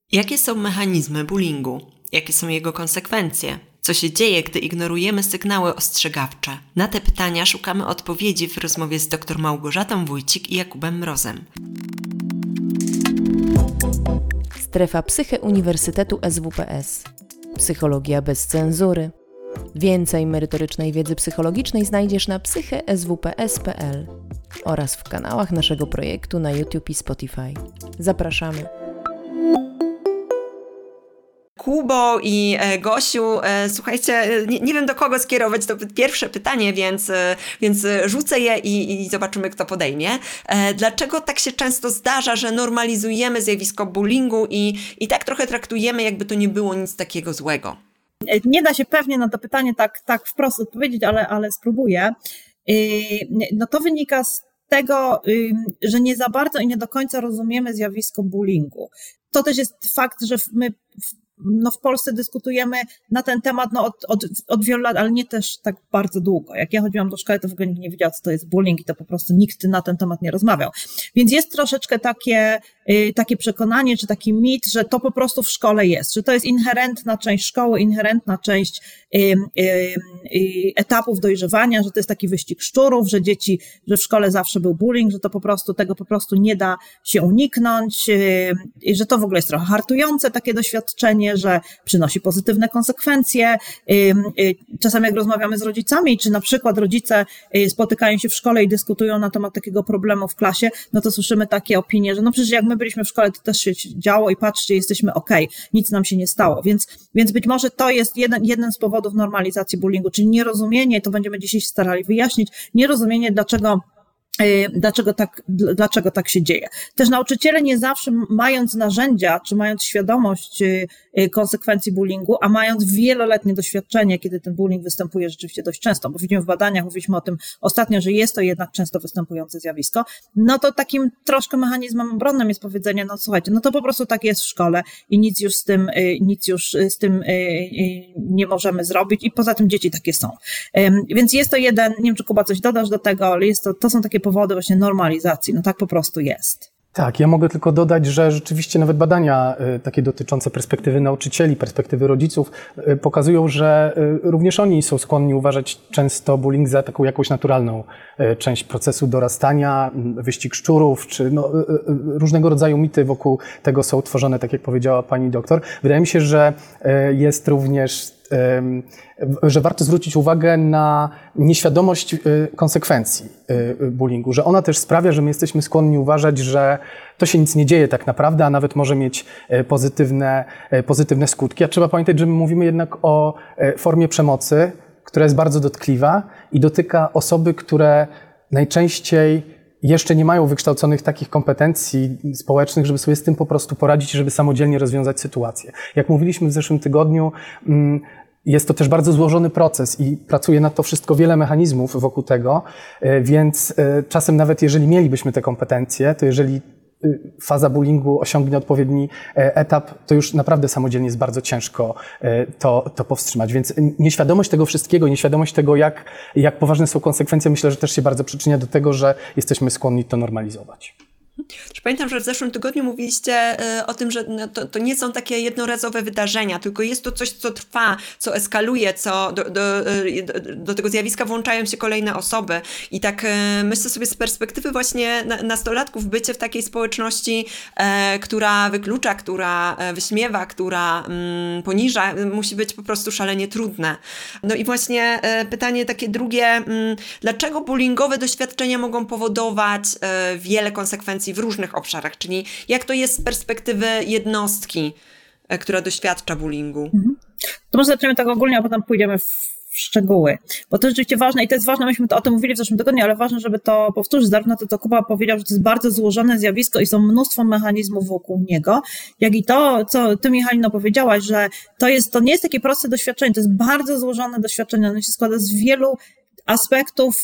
Jakie są mechanizmy bullyingu? Jakie są jego konsekwencje? Co się dzieje, gdy ignorujemy sygnały ostrzegawcze? Na te pytania szukamy odpowiedzi w rozmowie z dr Małgorzatą Wójcik i Jakubem Mrozem. Strefa Psyche Uniwersytetu SWPS. Psychologia bez cenzury. Więcej merytorycznej wiedzy psychologicznej znajdziesz na psycheswps.pl oraz w kanałach naszego projektu na YouTube i Spotify. Zapraszamy. Kubo i Gosiu, słuchajcie, nie wiem do kogo skierować to pierwsze pytanie, więc rzucę je i zobaczymy, kto podejmie. Dlaczego tak się często zdarza, że normalizujemy zjawisko bullyingu i tak trochę traktujemy, jakby to nie było nic takiego złego? Nie da się pewnie na to pytanie tak wprost odpowiedzieć, ale spróbuję. No to wynika z tego, że nie za bardzo i nie do końca rozumiemy zjawisko bullyingu. To też jest fakt, że my w Polsce dyskutujemy na ten temat od wielu lat, ale nie też tak bardzo długo. Jak ja chodziłam do szkoły, to w ogóle nikt nie wiedział, co to jest bullying i to po prostu nikt na ten temat nie rozmawiał. Więc jest troszeczkę takie przekonanie, czy taki mit, że to po prostu w szkole jest, że to jest inherentna część szkoły, inherentna część etapów dojrzewania, że to jest taki wyścig szczurów, że w szkole zawsze był bullying, że tego po prostu nie da się uniknąć, i że to w ogóle jest trochę hartujące takie doświadczenie, że przynosi pozytywne konsekwencje. Czasami jak rozmawiamy z rodzicami, czy na przykład rodzice spotykają się w szkole i dyskutują na temat takiego problemu w klasie, no to słyszymy takie opinie, że no przecież jak my byliśmy w szkole, to też się działo i patrzcie, jesteśmy okej, nic nam się nie stało. Więc być może to jest jeden z powodów normalizacji bullyingu, czyli nierozumienie, to będziemy dzisiaj starali wyjaśnić, nierozumienie dlaczego tak się dzieje. Też nauczyciele nie zawsze mając narzędzia, czy mając świadomość konsekwencji bullyingu, a mając wieloletnie doświadczenie, kiedy ten bullying występuje rzeczywiście dość często, bo widzimy w badaniach, mówiliśmy o tym ostatnio, że jest to jednak często występujące zjawisko, no to takim troszkę mechanizmem obronnym jest powiedzenie, no słuchajcie, no to po prostu tak jest w szkole i nic już z tym nie możemy zrobić i poza tym dzieci takie są. Więc jest to jeden, nie wiem czy Kuba coś dodasz do tego, ale to są takie powody właśnie normalizacji, no tak po prostu jest. Tak, ja mogę tylko dodać, że rzeczywiście nawet badania takie dotyczące perspektywy nauczycieli, perspektywy rodziców pokazują, że również oni są skłonni uważać często bullying za taką jakąś naturalną część procesu dorastania, wyścig szczurów, czy różnego rodzaju mity wokół tego są tworzone, tak jak powiedziała pani doktor. Wydaje mi się, że jest również że warto zwrócić uwagę na nieświadomość konsekwencji bullyingu, że ona też sprawia, że my jesteśmy skłonni uważać, że to się nic nie dzieje tak naprawdę, a nawet może mieć pozytywne skutki. A trzeba pamiętać, że my mówimy jednak o formie przemocy, która jest bardzo dotkliwa i dotyka osoby, które najczęściej jeszcze nie mają wykształconych takich kompetencji społecznych, żeby sobie z tym po prostu poradzić i żeby samodzielnie rozwiązać sytuację. Jak mówiliśmy w zeszłym tygodniu, jest to też bardzo złożony proces i pracuje nad to wszystko wiele mechanizmów wokół tego, więc czasem nawet jeżeli mielibyśmy te kompetencje, to jeżeli faza bullyingu osiągnie odpowiedni etap, to już naprawdę samodzielnie jest bardzo ciężko to powstrzymać. Więc nieświadomość tego wszystkiego, nieświadomość tego, jak poważne są konsekwencje, myślę, że też się bardzo przyczynia do tego, że jesteśmy skłonni to normalizować. Pamiętam, że w zeszłym tygodniu mówiliście o tym, że to nie są takie jednorazowe wydarzenia, tylko jest to coś, co trwa, co eskaluje, co do tego zjawiska włączają się kolejne osoby. I tak myślę sobie z perspektywy właśnie nastolatków, bycie w takiej społeczności, która wyklucza, która wyśmiewa, która poniża, musi być po prostu szalenie trudne. No i właśnie pytanie takie drugie, dlaczego bullyingowe doświadczenia mogą powodować wiele konsekwencji w różnych obszarach, czyli jak to jest z perspektywy jednostki, która doświadcza bullyingu? To może zaczniemy tak ogólnie, a potem pójdziemy w szczegóły, bo to rzeczywiście ważne i to jest ważne, myśmy o tym mówili w zeszłym tygodniu, ale ważne, żeby to powtórzyć, zarówno to, co Kuba powiedział, że to jest bardzo złożone zjawisko i są mnóstwo mechanizmów wokół niego, jak i to, co ty, Michalino, powiedziałaś, że to nie jest takie proste doświadczenie, to jest bardzo złożone doświadczenie, ono się składa z wielu aspektów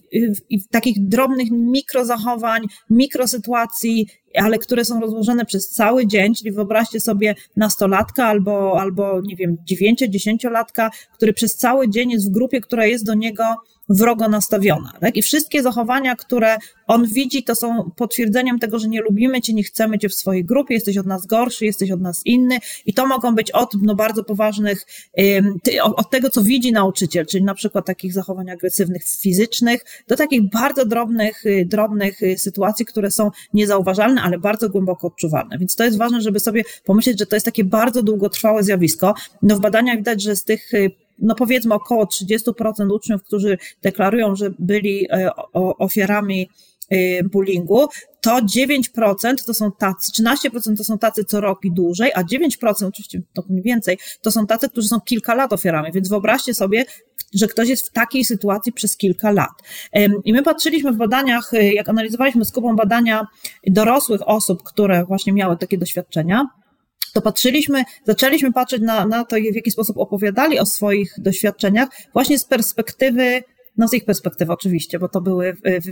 i takich drobnych mikrozachowań, mikrosytuacji, ale które są rozłożone przez cały dzień, czyli wyobraźcie sobie nastolatka albo nie wiem, 9-10-latka, który przez cały dzień jest w grupie, która jest do niego wrogo nastawiona. Tak? I wszystkie zachowania, które on widzi, to są potwierdzeniem tego, że nie lubimy cię, nie chcemy cię w swojej grupie, jesteś od nas gorszy, jesteś od nas inny i to mogą być od bardzo poważnych, od tego, co widzi nauczyciel, czyli na przykład takich zachowań agresywnych, fizycznych, do takich bardzo drobnych sytuacji, które są niezauważalne, ale bardzo głęboko odczuwalne. Więc to jest ważne, żeby sobie pomyśleć, że to jest takie bardzo długotrwałe zjawisko. No w badaniach widać, że z tych powiedzmy około 30% uczniów, którzy deklarują, że byli ofiarami bullyingu, to 9% to są tacy, 13% to są tacy co rok i dłużej, a 9%, oczywiście to mniej więcej, to są tacy, którzy są kilka lat ofiarami, więc wyobraźcie sobie, że ktoś jest w takiej sytuacji przez kilka lat. I my patrzyliśmy w badaniach, jak analizowaliśmy z Kubą badania dorosłych osób, które właśnie miały takie doświadczenia, to zaczęliśmy patrzeć na to, w jaki sposób opowiadali o swoich doświadczeniach, właśnie z perspektywy, z ich perspektywy oczywiście, bo to były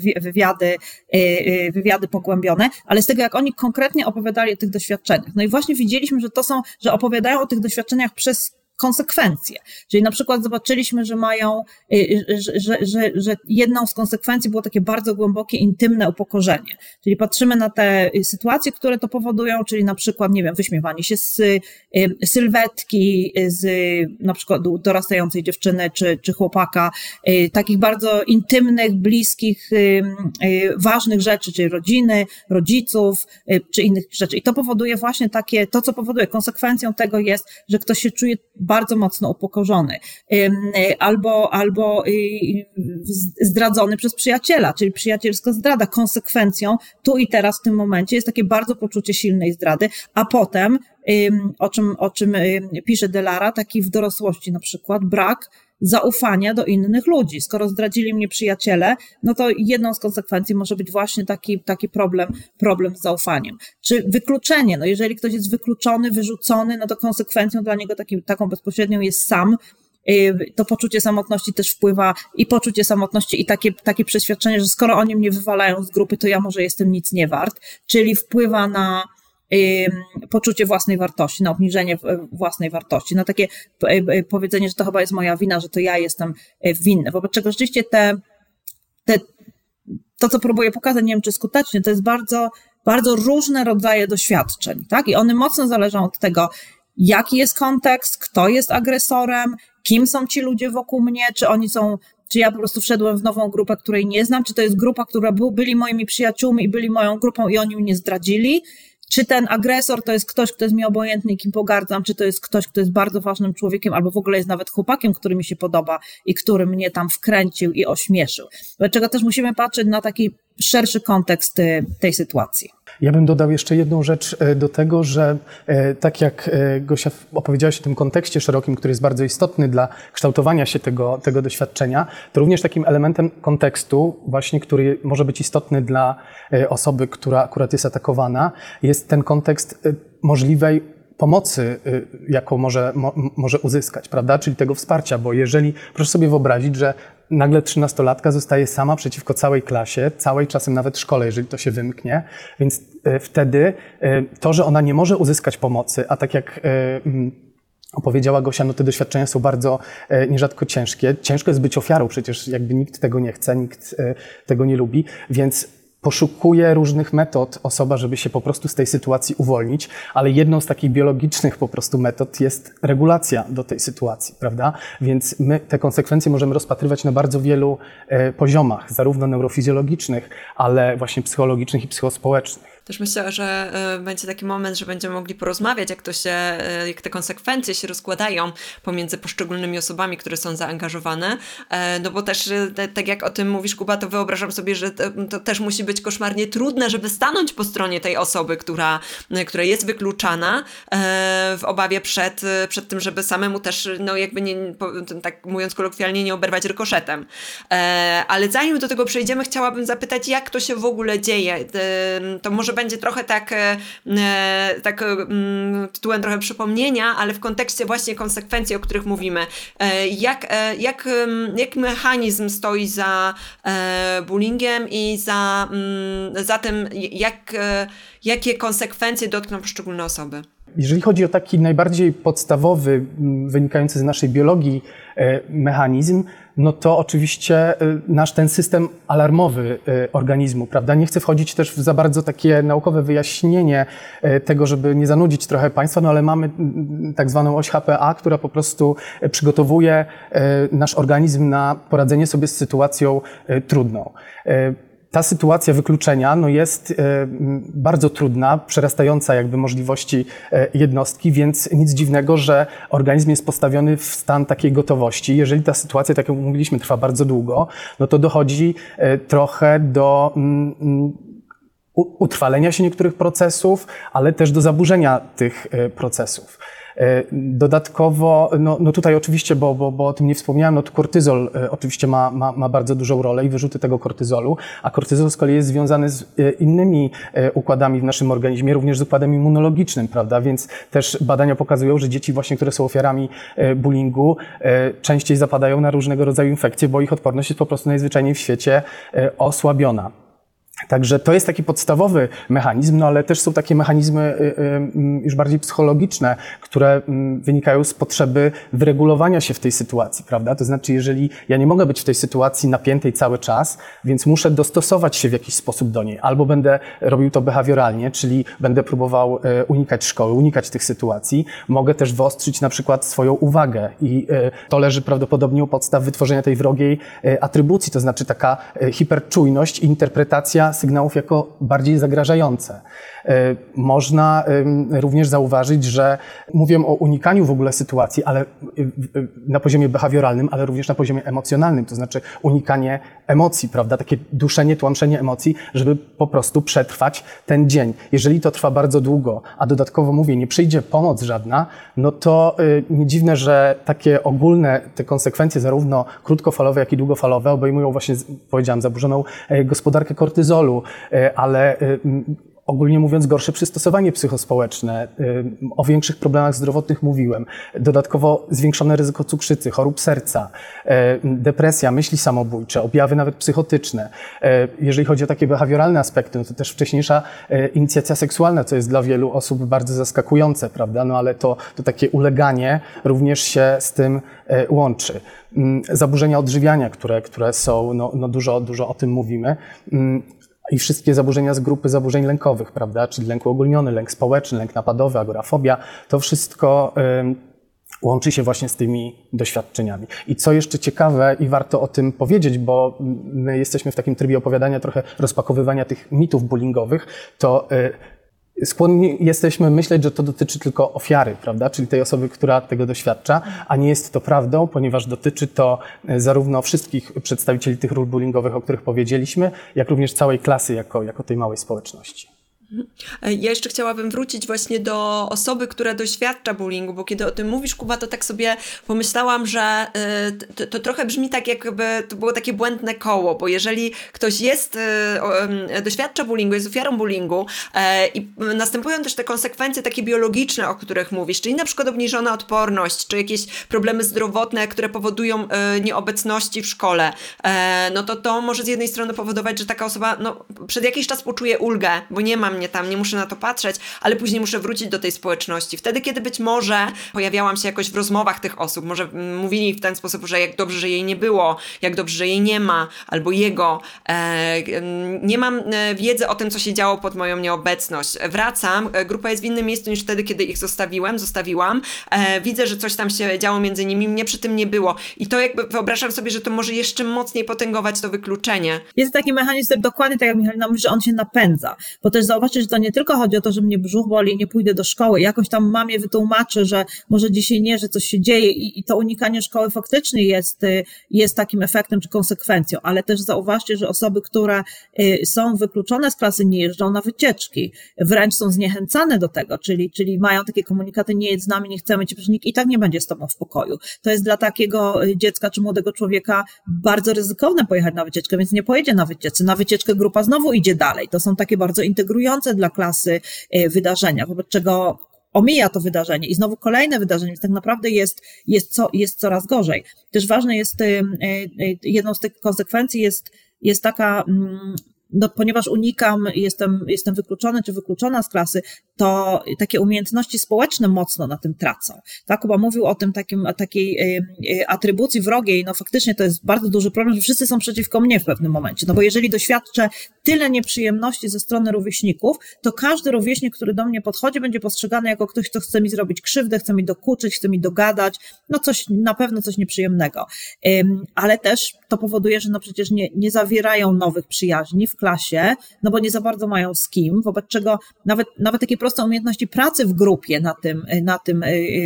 wywiady pogłębione, ale z tego, jak oni konkretnie opowiadali o tych doświadczeniach. No i właśnie widzieliśmy, że opowiadają o tych doświadczeniach przez konsekwencje. Czyli na przykład zobaczyliśmy, że mają, że jedną z konsekwencji było takie bardzo głębokie, intymne upokorzenie. Czyli patrzymy na te sytuacje, które to powodują, czyli na przykład, nie wiem, wyśmiewanie się z sylwetki, z na przykład dorastającej dziewczyny czy chłopaka, takich bardzo intymnych, bliskich, ważnych rzeczy, czyli rodziny, rodziców, czy innych rzeczy. I to powoduje właśnie to co powoduje, konsekwencją tego jest, że ktoś się czuje bardzo mocno upokorzony, albo zdradzony przez przyjaciela, czyli przyjacielska zdrada. Konsekwencją tu i teraz w tym momencie jest takie bardzo poczucie silnej zdrady, a potem, o czym pisze Delara, taki w dorosłości na przykład brak zaufania do innych ludzi. Skoro zdradzili mnie przyjaciele, no to jedną z konsekwencji może być właśnie taki problem z zaufaniem. Czy wykluczenie, no jeżeli ktoś jest wykluczony, wyrzucony, no to konsekwencją dla niego taką bezpośrednią jest sam. To poczucie samotności też wpływa i poczucie samotności i takie przeświadczenie, że skoro oni mnie wywalają z grupy, to ja może jestem nic nie wart, czyli wpływa na poczucie własnej wartości, na obniżenie własnej wartości, na takie powiedzenie, że to chyba jest moja wina, że to ja jestem winny. Wobec czego rzeczywiście to, co próbuję pokazać, nie wiem czy skutecznie, to jest bardzo, bardzo różne rodzaje doświadczeń, tak? I one mocno zależą od tego, jaki jest kontekst, kto jest agresorem, kim są ci ludzie wokół mnie, czy ja po prostu wszedłem w nową grupę, której nie znam, czy to jest grupa, która byli moimi przyjaciółmi i byli moją grupą i oni mnie zdradzili, czy ten agresor to jest ktoś, kto jest mi obojętny i kim pogardzam, czy to jest ktoś, kto jest bardzo ważnym człowiekiem, albo w ogóle jest nawet chłopakiem, który mi się podoba i który mnie tam wkręcił i ośmieszył. Dlaczego też musimy patrzeć na taki szerszy kontekst tej sytuacji. Ja bym dodał jeszcze jedną rzecz do tego, że tak jak Gosia opowiedziałaś o tym kontekście szerokim, który jest bardzo istotny dla kształtowania się tego doświadczenia, to również takim elementem kontekstu właśnie, który może być istotny dla osoby, która akurat jest atakowana, jest ten kontekst możliwej pomocy, jaką może uzyskać, prawda? Czyli tego wsparcia, bo jeżeli, proszę sobie wyobrazić, że nagle 13-latka zostaje sama przeciwko całej klasie, całej czasem nawet szkole, jeżeli to się wymknie, więc wtedy to, że ona nie może uzyskać pomocy, a tak jak opowiedziała Gosia, no te doświadczenia są bardzo nierzadko ciężkie. Ciężko jest być ofiarą, przecież jakby nikt tego nie chce, nikt tego nie lubi, więc poszukuje różnych metod osoba, żeby się po prostu z tej sytuacji uwolnić, ale jedną z takich biologicznych po prostu metod jest regulacja do tej sytuacji, prawda? Więc my te konsekwencje możemy rozpatrywać na bardzo wielu poziomach, zarówno neurofizjologicznych, ale właśnie psychologicznych i psychospołecznych. Też myślę, że będzie taki moment, że będziemy mogli porozmawiać, jak te konsekwencje się rozkładają pomiędzy poszczególnymi osobami, które są zaangażowane. No bo też, tak jak o tym mówisz, Kuba, to wyobrażam sobie, że to też musi być koszmarnie trudne, żeby stanąć po stronie tej osoby, która jest wykluczana w obawie przed tym, żeby samemu też, no jakby nie, tak mówiąc kolokwialnie, nie oberwać rykoszetem. Ale zanim do tego przejdziemy, chciałabym zapytać, jak to się w ogóle dzieje. To może będzie trochę tak tytułem trochę przypomnienia, ale w kontekście właśnie konsekwencji, o których mówimy. Jak mechanizm stoi za bullyingiem i za tym, jakie konsekwencje dotkną poszczególne osoby? Jeżeli chodzi o taki najbardziej podstawowy, wynikający z naszej biologii mechanizm, no to oczywiście nasz ten system alarmowy organizmu, prawda? Nie chcę wchodzić też w za bardzo takie naukowe wyjaśnienie tego, żeby nie zanudzić trochę Państwa, no ale mamy tak zwaną oś HPA, która po prostu przygotowuje nasz organizm na poradzenie sobie z sytuacją trudną. Ta sytuacja wykluczenia no jest bardzo trudna, przerastająca jakby możliwości jednostki, więc nic dziwnego, że organizm jest postawiony w stan takiej gotowości. Jeżeli ta sytuacja, tak jak mówiliśmy, trwa bardzo długo, no to dochodzi trochę do utrwalenia się niektórych procesów, ale też do zaburzenia tych procesów. Dodatkowo, no tutaj oczywiście, bo o tym nie wspomniałem, no to kortyzol oczywiście ma bardzo dużą rolę i wyrzuty tego kortyzolu, a kortyzol z kolei jest związany z innymi układami w naszym organizmie, również z układem immunologicznym, prawda, więc też badania pokazują, że dzieci właśnie, które są ofiarami bullyingu, częściej zapadają na różnego rodzaju infekcje, bo ich odporność jest po prostu najzwyczajniej w świecie osłabiona. Także to jest taki podstawowy mechanizm, no ale też są takie mechanizmy już bardziej psychologiczne, które wynikają z potrzeby wyregulowania się w tej sytuacji, prawda? To znaczy, jeżeli ja nie mogę być w tej sytuacji napiętej cały czas, więc muszę dostosować się w jakiś sposób do niej. Albo będę robił to behawioralnie, czyli będę próbował unikać szkoły, unikać tych sytuacji. Mogę też wyostrzyć na przykład swoją uwagę i to leży prawdopodobnie u podstaw wytworzenia tej wrogiej atrybucji, to znaczy taka hiperczujność i interpretacja sygnałów jako bardziej zagrażające. Można również zauważyć, że mówię o unikaniu w ogóle sytuacji, ale na poziomie behawioralnym, ale również na poziomie emocjonalnym, to znaczy unikanie emocji, prawda? Takie duszenie, tłamszenie emocji, żeby po prostu przetrwać ten dzień. Jeżeli to trwa bardzo długo, a dodatkowo mówię, nie przyjdzie pomoc żadna, no to nie dziwne, że takie ogólne te konsekwencje, zarówno krótkofalowe, jak i długofalowe, obejmują właśnie, powiedziałam, zaburzoną gospodarkę kortyzolu, ale ogólnie mówiąc, gorsze przystosowanie psychospołeczne, o większych problemach zdrowotnych mówiłem, dodatkowo zwiększone ryzyko cukrzycy, chorób serca, depresja, myśli samobójcze, objawy nawet psychotyczne. Jeżeli chodzi o takie behawioralne aspekty, no to też wcześniejsza inicjacja seksualna, co jest dla wielu osób bardzo zaskakujące, prawda? No ale to takie uleganie również się z tym łączy. Zaburzenia odżywiania, które są, no dużo o tym mówimy. I wszystkie zaburzenia z grupy zaburzeń lękowych, prawda, czyli lęk uogólniony, lęk społeczny, lęk napadowy, agorafobia, to wszystko łączy się właśnie z tymi doświadczeniami. I co jeszcze ciekawe i warto o tym powiedzieć, bo my jesteśmy w takim trybie opowiadania, trochę rozpakowywania tych mitów bullyingowych, to skłonni jesteśmy myśleć, że to dotyczy tylko ofiary, prawda, czyli tej osoby, która tego doświadcza, a nie jest to prawdą, ponieważ dotyczy to zarówno wszystkich przedstawicieli tych ról bullyingowych, o których powiedzieliśmy, jak również całej klasy jako tej małej społeczności. Ja jeszcze chciałabym wrócić właśnie do osoby, która doświadcza bullyingu, bo kiedy o tym mówisz, Kuba, to tak sobie pomyślałam, że to trochę brzmi tak, jakby to było takie błędne koło, bo jeżeli ktoś doświadcza bullyingu, jest ofiarą bullyingu i następują też te konsekwencje takie biologiczne, o których mówisz, czyli na przykład obniżona odporność, czy jakieś problemy zdrowotne, które powodują nieobecności w szkole, no to może z jednej strony powodować, że taka osoba przez jakiś czas poczuje ulgę, bo nie ma mnie tam, nie muszę na to patrzeć, ale później muszę wrócić do tej społeczności. Wtedy, kiedy być może pojawiałam się jakoś w rozmowach tych osób, może mówili w ten sposób, że jak dobrze, że jej nie było, jak dobrze, że jej nie ma, albo jego. Nie mam wiedzy o tym, co się działo pod moją nieobecność. Wracam, grupa jest w innym miejscu niż wtedy, kiedy ich zostawiłam. Widzę, że coś tam się działo między nimi, mnie przy tym nie było. I to jakby wyobrażam sobie, że to może jeszcze mocniej potęgować to wykluczenie. Jest taki mechanizm, który dokładnie tak jak Michalina mówi, że on się napędza. Bo też zauważyć, że to nie tylko chodzi o to, że mnie brzuch boli, nie pójdę do szkoły, jakoś tam mamie wytłumaczę, że może dzisiaj nie, że coś się dzieje i to unikanie szkoły faktycznie jest takim efektem czy konsekwencją, ale też zauważcie, że osoby, które są wykluczone z klasy, nie jeżdżą na wycieczki, wręcz są zniechęcane do tego, czyli mają takie komunikaty, nie jedź z nami, nie chcemy cię, przecież nikt i tak nie będzie z tobą w pokoju. To jest dla takiego dziecka czy młodego człowieka bardzo ryzykowne pojechać na wycieczkę, więc nie pojedzie na wycieczkę. Na wycieczkę grupa znowu idzie dalej. To są takie bardzo integrujące dla klasy wydarzenia, wobec czego omija to wydarzenie i znowu kolejne wydarzenie, więc tak naprawdę jest coraz gorzej. Też ważne jest, jedną z tych konsekwencji jest taka, ponieważ unikam, jestem wykluczony czy wykluczona z klasy, to takie umiejętności społeczne mocno na tym tracą. Tak, Kuba mówił o tym takiej atrybucji wrogiej, no faktycznie to jest bardzo duży problem, że wszyscy są przeciwko mnie w pewnym momencie, no bo jeżeli doświadczę tyle nieprzyjemności ze strony rówieśników, to każdy rówieśnik, który do mnie podchodzi, będzie postrzegany jako ktoś, kto chce mi zrobić krzywdę, chce mi dokuczyć, chce mi dogadać, no coś, na pewno coś nieprzyjemnego. Ale też to powoduje, że no przecież nie zawierają nowych przyjaźni w klasie, no bo nie za bardzo mają z kim, wobec czego nawet takie proste umiejętności pracy w grupie na tym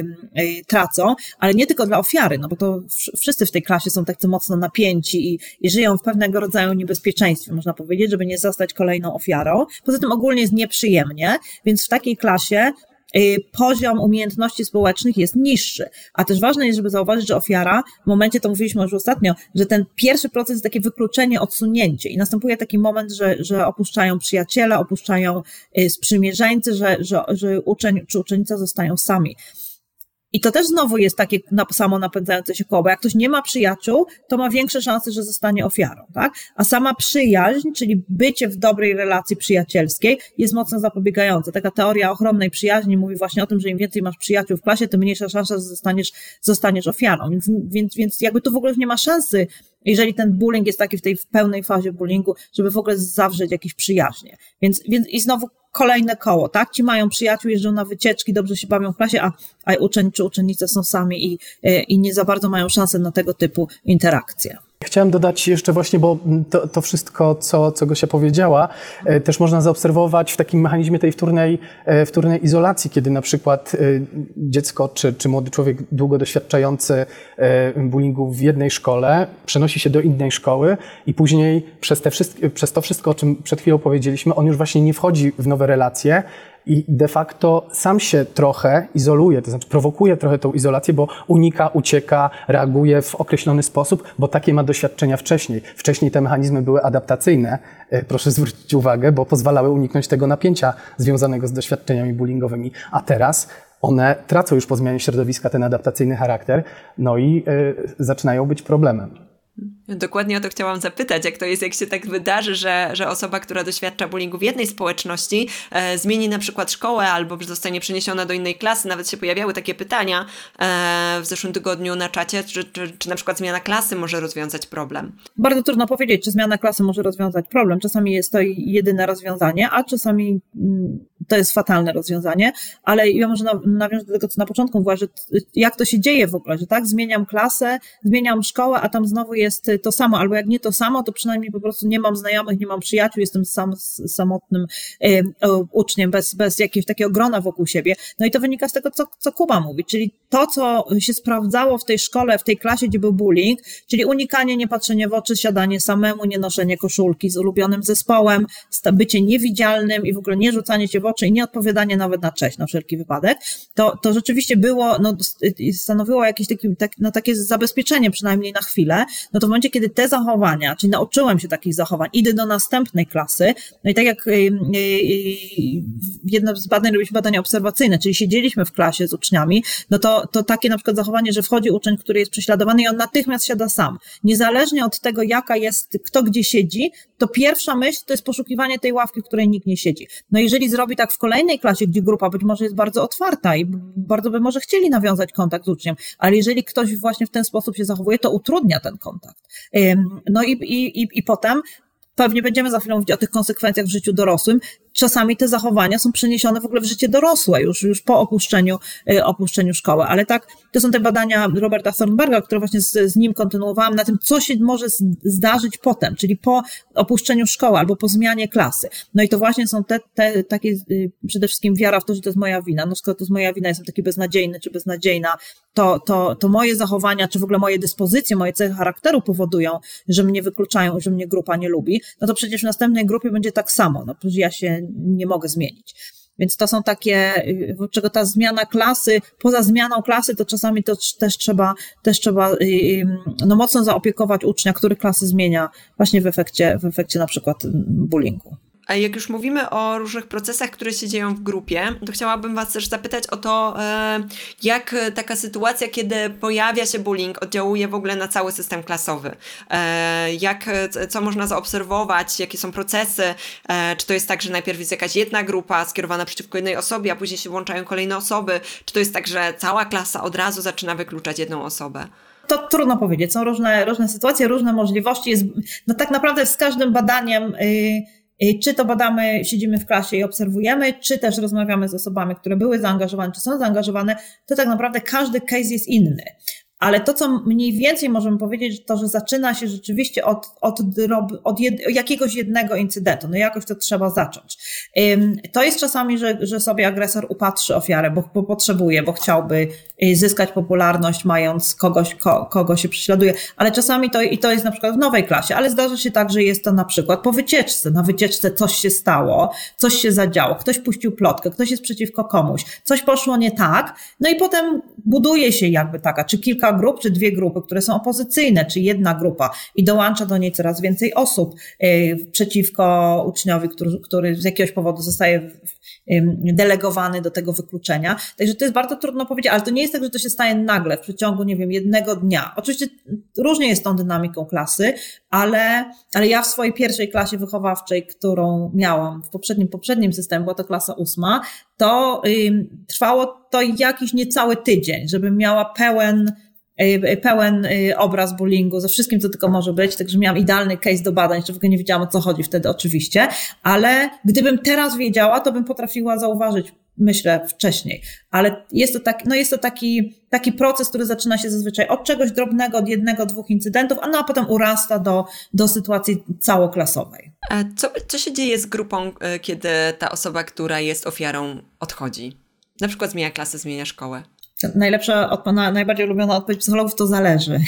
tracą, ale nie tylko dla ofiary, no bo to wszyscy w tej klasie są tak mocno napięci i żyją w pewnego rodzaju niebezpieczeństwie, można powiedzieć, żeby nie zostać kolejną ofiarą. Poza tym ogólnie jest nieprzyjemnie, więc w takiej klasie poziom umiejętności społecznych jest niższy. A też ważne jest, żeby zauważyć, że ofiara, w momencie, to mówiliśmy już ostatnio, że ten pierwszy proces jest takie wykluczenie, odsunięcie i następuje taki moment, że opuszczają przyjaciele, opuszczają sprzymierzeńcy, że uczeń czy uczennica zostają sami. I to też znowu jest takie samo napędzające się koło, bo jak ktoś nie ma przyjaciół, to ma większe szanse, że zostanie ofiarą, tak? A sama przyjaźń, czyli bycie w dobrej relacji przyjacielskiej, jest mocno zapobiegająca. Taka teoria ochronnej przyjaźni mówi właśnie o tym, że im więcej masz przyjaciół w klasie, tym mniejsza szansa, że zostaniesz ofiarą. Więc jakby tu w ogóle już nie ma szansy, jeżeli ten bullying jest taki w tej pełnej fazie bullyingu, żeby w ogóle zawrzeć jakieś przyjaźnie. Więc i znowu kolejne koło, tak? Ci mają przyjaciół, jeżdżą na wycieczki, dobrze się bawią w klasie, a uczeń czy uczennice są sami i nie za bardzo mają szansę na tego typu interakcje. Chciałem dodać jeszcze właśnie, bo to wszystko, co Gosia powiedziała, też można zaobserwować w takim mechanizmie tej wtórnej izolacji, kiedy na przykład dziecko czy młody człowiek długo doświadczający bullyingu w jednej szkole przenosi się do innej szkoły i później przez to wszystko, o czym przed chwilą powiedzieliśmy, on już właśnie nie wchodzi w nowe relacje i de facto sam się trochę izoluje, to znaczy prowokuje trochę tą izolację, bo unika, ucieka, reaguje w określony sposób, bo takie ma doświadczenia wcześniej. Wcześniej te mechanizmy były adaptacyjne, proszę zwrócić uwagę, bo pozwalały uniknąć tego napięcia związanego z doświadczeniami bullyingowymi, a teraz one tracą już po zmianie środowiska ten adaptacyjny charakter, no i zaczynają być problemem. Dokładnie o to chciałam zapytać, jak to jest, jak się tak wydarzy, że osoba, która doświadcza bullyingu w jednej społeczności, zmieni na przykład szkołę albo zostanie przeniesiona do innej klasy. Nawet się pojawiały takie pytania w zeszłym tygodniu na czacie, czy na przykład zmiana klasy może rozwiązać problem. Bardzo trudno powiedzieć, czy zmiana klasy może rozwiązać problem. Czasami jest to jedyne rozwiązanie, a czasami to jest fatalne rozwiązanie, ale ja może nawiążę do tego, co na początku mówiła, że jak to się dzieje w ogóle, że tak, zmieniam klasę, zmieniam szkołę, a tam znowu jest to samo, albo jak nie to samo, to przynajmniej po prostu nie mam znajomych, nie mam przyjaciół, jestem samotnym uczniem, bez jakiegoś takiego grona wokół siebie. No i to wynika z tego, co Kuba mówi, czyli to, co się sprawdzało w tej szkole, w tej klasie, gdzie był bullying, czyli unikanie, nie patrzenie w oczy, siadanie samemu, nie noszenie koszulki z ulubionym zespołem, bycie niewidzialnym i w ogóle nie rzucanie się w oczy i nie odpowiadanie nawet na cześć, na wszelki wypadek, to rzeczywiście było, stanowiło jakieś takie zabezpieczenie przynajmniej na chwilę, no to w momencie, kiedy te zachowania, czyli nauczyłem się takich zachowań, idę do następnej klasy, no i tak jak w jednym z badań robiliśmy badania obserwacyjne, czyli siedzieliśmy w klasie z uczniami, no to takie na przykład zachowanie, że wchodzi uczeń, który jest prześladowany i on natychmiast siada sam. Niezależnie od tego, jaka jest, kto gdzie siedzi, to pierwsza myśl to jest poszukiwanie tej ławki, w której nikt nie siedzi. No jeżeli zrobi tak w kolejnej klasie, gdzie grupa być może jest bardzo otwarta i bardzo by może chcieli nawiązać kontakt z uczniem, ale jeżeli ktoś właśnie w ten sposób się zachowuje, to utrudnia ten kontakt. No i potem pewnie będziemy za chwilę mówić o tych konsekwencjach w życiu dorosłym. Czasami te zachowania są przeniesione w ogóle w życie dorosłe, już po opuszczeniu szkoły. Ale tak, to są te badania Roberta Thornberga, które właśnie z nim kontynuowałam, na tym, co się może zdarzyć potem, czyli po opuszczeniu szkoły albo po zmianie klasy. No i to właśnie są te takie, przede wszystkim wiara w to, że to jest moja wina. No skoro to jest moja wina, jestem taki beznadziejny czy beznadziejna, to moje zachowania, czy w ogóle moje dyspozycje, moje cechy charakteru powodują, że mnie wykluczają, że mnie grupa nie lubi, no to przecież w następnej grupie będzie tak samo, no przecież ja się nie mogę zmienić. Więc to są takie, czego ta zmiana klasy, poza zmianą klasy, to czasami to też trzeba no mocno zaopiekować ucznia, który klasy zmienia właśnie w efekcie na przykład bullyingu. A jak już mówimy o różnych procesach, które się dzieją w grupie, to chciałabym was też zapytać o to, jak taka sytuacja, kiedy pojawia się bullying, oddziałuje w ogóle na cały system klasowy. Co można zaobserwować, jakie są procesy, czy to jest tak, że najpierw jest jakaś jedna grupa skierowana przeciwko jednej osobie, a później się włączają kolejne osoby, czy to jest tak, że cała klasa od razu zaczyna wykluczać jedną osobę? To trudno powiedzieć. Są różne sytuacje, różne możliwości. No tak naprawdę z każdym badaniem, czy to badamy, siedzimy w klasie i obserwujemy, czy też rozmawiamy z osobami, które były zaangażowane, czy są zaangażowane, to tak naprawdę każdy case jest inny. Ale to, co mniej więcej możemy powiedzieć, to, że zaczyna się rzeczywiście od jakiegoś jednego incydentu. No jakoś to trzeba zacząć. To jest czasami, że sobie agresor upatrzy ofiarę, bo potrzebuje, bo chciałby zyskać popularność, mając kogo się prześladuje. Ale czasami to jest na przykład w nowej klasie, ale zdarza się tak, że jest to na przykład po wycieczce. Na wycieczce coś się stało, coś się zadziało, ktoś puścił plotkę, ktoś jest przeciwko komuś, coś poszło nie tak, no i potem buduje się jakby taka, czy kilka grup, czy dwie grupy, które są opozycyjne, czy jedna grupa i dołącza do niej coraz więcej osób przeciwko uczniowi, który z jakiegoś powodu zostaje delegowany do tego wykluczenia. Także to jest bardzo trudno powiedzieć, ale to nie jest tak, że to się staje nagle, w przeciągu, nie wiem, jednego dnia. Oczywiście różnie jest tą dynamiką klasy, ale ja w swojej pierwszej klasie wychowawczej, którą miałam w poprzednim systemie, była to klasa 8, to trwało to jakiś niecały tydzień, żebym miała pełen obraz bullyingu ze wszystkim, co tylko może być, także miałam idealny case do badań, jeszcze w ogóle nie wiedziałam, o co chodzi wtedy oczywiście, ale gdybym teraz wiedziała, to bym potrafiła zauważyć, myślę, wcześniej. Ale jest to taki proces, który zaczyna się zazwyczaj od czegoś drobnego, od jednego, dwóch incydentów, a potem urasta do sytuacji całoklasowej. A co się dzieje z grupą, kiedy ta osoba, która jest ofiarą, odchodzi? Na przykład zmienia klasę, zmienia szkołę. Najbardziej ulubiona odpowiedź psychologów to zależy.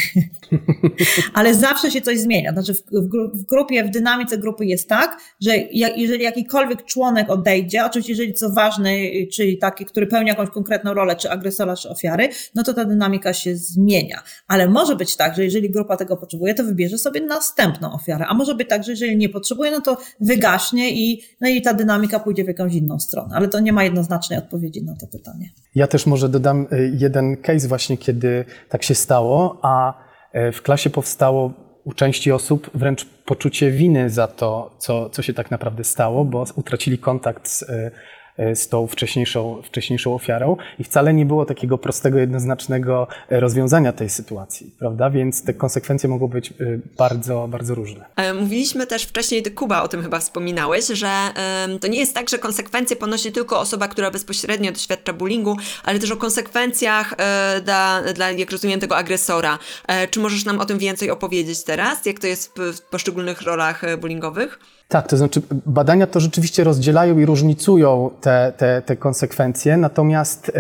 Ale zawsze się coś zmienia. Znaczy w grupie, w dynamice grupy jest tak, że jeżeli jakikolwiek członek odejdzie, oczywiście jeżeli co ważny, czyli taki, który pełni jakąś konkretną rolę, czy agresora, czy ofiary, no to ta dynamika się zmienia. Ale może być tak, że jeżeli grupa tego potrzebuje, to wybierze sobie następną ofiarę. A może być tak, że jeżeli nie potrzebuje, no to wygaśnie i ta dynamika pójdzie w jakąś inną stronę. Ale to nie ma jednoznacznej odpowiedzi na to pytanie. Ja też może dodam jeden case właśnie, kiedy tak się stało, a w klasie powstało u części osób wręcz poczucie winy za to, co się tak naprawdę stało, bo utracili kontakt z tą wcześniejszą ofiarą i wcale nie było takiego prostego, jednoznacznego rozwiązania tej sytuacji, prawda? Więc te konsekwencje mogą być bardzo, bardzo różne. Mówiliśmy też wcześniej, ty Kuba o tym chyba wspominałeś, że to nie jest tak, że konsekwencje ponosi tylko osoba, która bezpośrednio doświadcza bullyingu, ale też o konsekwencjach dla, jak rozumiem, tego agresora. Czy możesz nam o tym więcej opowiedzieć teraz? Jak to jest w poszczególnych rolach bullyingowych? Tak, to znaczy badania to rzeczywiście rozdzielają i różnicują te konsekwencje, natomiast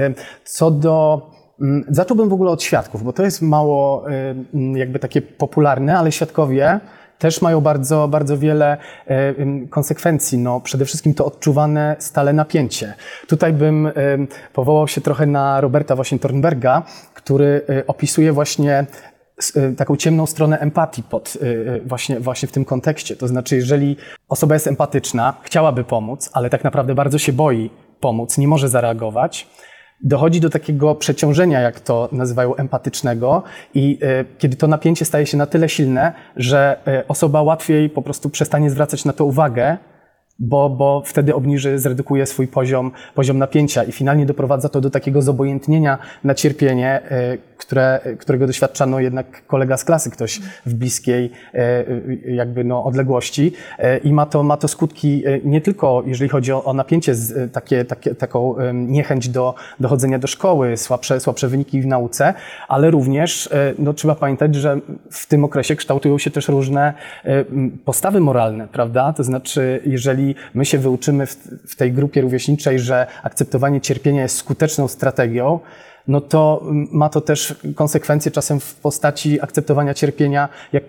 zacząłbym w ogóle od świadków, bo to jest mało jakby takie popularne, ale świadkowie też mają bardzo, bardzo wiele konsekwencji. No, przede wszystkim to odczuwane stale napięcie. Tutaj bym powołał się trochę na Roberta właśnie Thornberga, który opisuje właśnie taką ciemną stronę empatii właśnie w tym kontekście. To znaczy, jeżeli osoba jest empatyczna, chciałaby pomóc, ale tak naprawdę bardzo się boi pomóc, nie może zareagować, dochodzi do takiego przeciążenia, jak to nazywają, empatycznego i kiedy to napięcie staje się na tyle silne, że osoba łatwiej po prostu przestanie zwracać na to uwagę, bo wtedy zredukuje swój poziom napięcia i finalnie doprowadza to do takiego zobojętnienia na cierpienie, którego doświadcza jednak kolega z klasy, ktoś w bliskiej jakby odległości i ma to skutki nie tylko jeżeli chodzi o napięcie, taką niechęć do chodzenia do szkoły, słabsze wyniki w nauce, ale również trzeba pamiętać, że w tym okresie kształtują się też różne postawy moralne, prawda? To znaczy, jeżeli my się wyuczymy w tej grupie rówieśniczej, że akceptowanie cierpienia jest skuteczną strategią, no to ma to też konsekwencje czasem w postaci akceptowania cierpienia,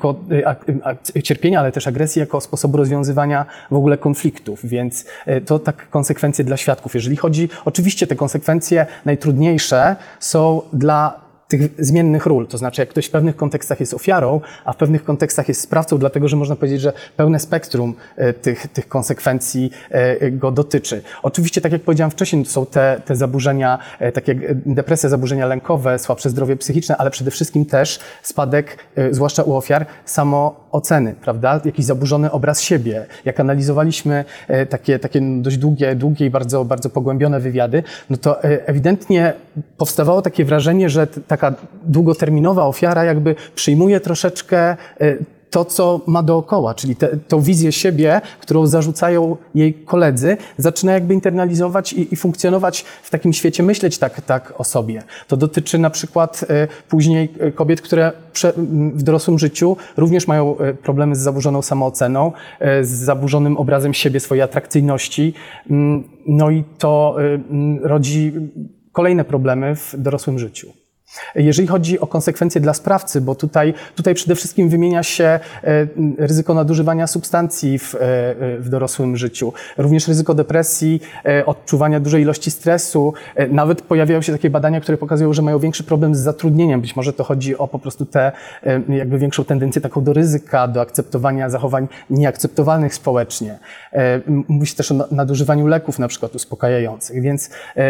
ale też agresji jako sposobu rozwiązywania w ogóle konfliktów. Więc to tak konsekwencje dla świadków. Jeżeli chodzi, oczywiście te konsekwencje najtrudniejsze są dla tych zmiennych ról, to znaczy jak ktoś w pewnych kontekstach jest ofiarą, a w pewnych kontekstach jest sprawcą, dlatego że można powiedzieć, że pełne spektrum tych konsekwencji go dotyczy. Oczywiście, tak jak powiedziałem wcześniej, to są te zaburzenia, takie jak depresja, zaburzenia lękowe, słabsze zdrowie psychiczne, ale przede wszystkim też spadek, zwłaszcza u ofiar, samooceny, prawda? Jakiś zaburzony obraz siebie. Jak analizowaliśmy takie dość długie i bardzo, bardzo pogłębione wywiady, no to ewidentnie powstawało takie wrażenie, że taka długoterminowa ofiara jakby przyjmuje troszeczkę to, co ma dookoła, czyli tą wizję siebie, którą zarzucają jej koledzy, zaczyna jakby internalizować i funkcjonować w takim świecie, myśleć tak o sobie. To dotyczy na przykład później kobiet, które w dorosłym życiu również mają problemy z zaburzoną samooceną, z zaburzonym obrazem siebie, swojej atrakcyjności. No i to rodzi kolejne problemy w dorosłym życiu. Jeżeli chodzi o konsekwencje dla sprawcy, bo tutaj przede wszystkim wymienia się ryzyko nadużywania substancji w dorosłym życiu, również ryzyko depresji, odczuwania dużej ilości stresu. Nawet pojawiają się takie badania, które pokazują, że mają większy problem z zatrudnieniem. Być może to chodzi o po prostu tę jakby większą tendencję taką do ryzyka, do akceptowania zachowań nieakceptowalnych społecznie. Mówi się też o nadużywaniu leków, na przykład uspokajających, więc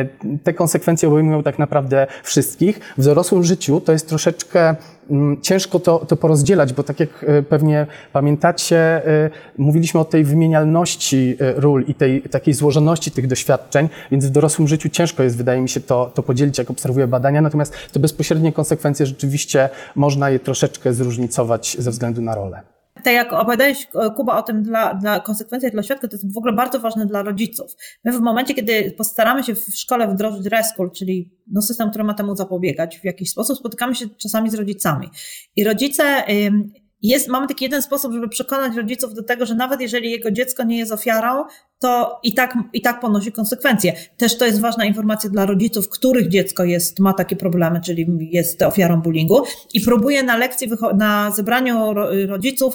te konsekwencje obejmują tak naprawdę wszystkich. W dorosłym życiu to jest troszeczkę ciężko to porozdzielać, bo tak jak pewnie pamiętacie, mówiliśmy o tej wymienialności ról i tej takiej złożoności tych doświadczeń, więc w dorosłym życiu ciężko jest, wydaje mi się, to podzielić, jak obserwuję badania, natomiast te bezpośrednie konsekwencje rzeczywiście można je troszeczkę zróżnicować ze względu na rolę. Tak jak opowiadałeś, Kuba, o tym dla konsekwencji dla świadka, to jest w ogóle bardzo ważne dla rodziców. My w momencie, kiedy postaramy się w szkole wdrożyć rescue, czyli system, który ma temu zapobiegać w jakiś sposób, spotykamy się czasami z rodzicami. I rodzice, mamy taki jeden sposób, żeby przekonać rodziców do tego, że nawet jeżeli jego dziecko nie jest ofiarą, to i tak ponosi konsekwencje. Też to jest ważna informacja dla rodziców, których dziecko ma takie problemy, czyli jest ofiarą bullyingu, i próbuje na lekcji, na zebraniu rodziców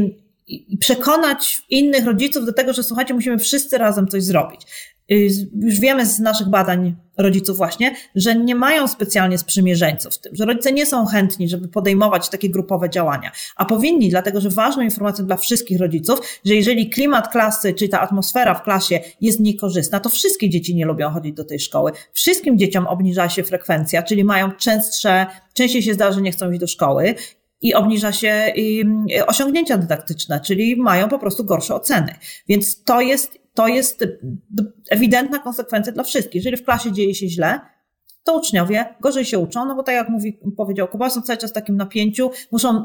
przekonać innych rodziców do tego, że słuchajcie, musimy wszyscy razem coś zrobić. Już wiemy z naszych badań rodziców właśnie, że nie mają specjalnie sprzymierzeńców w tym, że rodzice nie są chętni, żeby podejmować takie grupowe działania, a powinni, dlatego że ważną informacją dla wszystkich rodziców, że jeżeli klimat klasy, czy ta atmosfera w klasie jest niekorzystna, to wszystkie dzieci nie lubią chodzić do tej szkoły. Wszystkim dzieciom obniża się frekwencja, czyli mają częściej się zdarza, że nie chcą iść do szkoły, i obniża się osiągnięcia dydaktyczne, czyli mają po prostu gorsze oceny. Więc to jest ewidentna konsekwencja dla wszystkich. Jeżeli w klasie dzieje się źle, to uczniowie gorzej się uczą, no bo tak jak powiedział Kuba, są cały czas w takim napięciu, muszą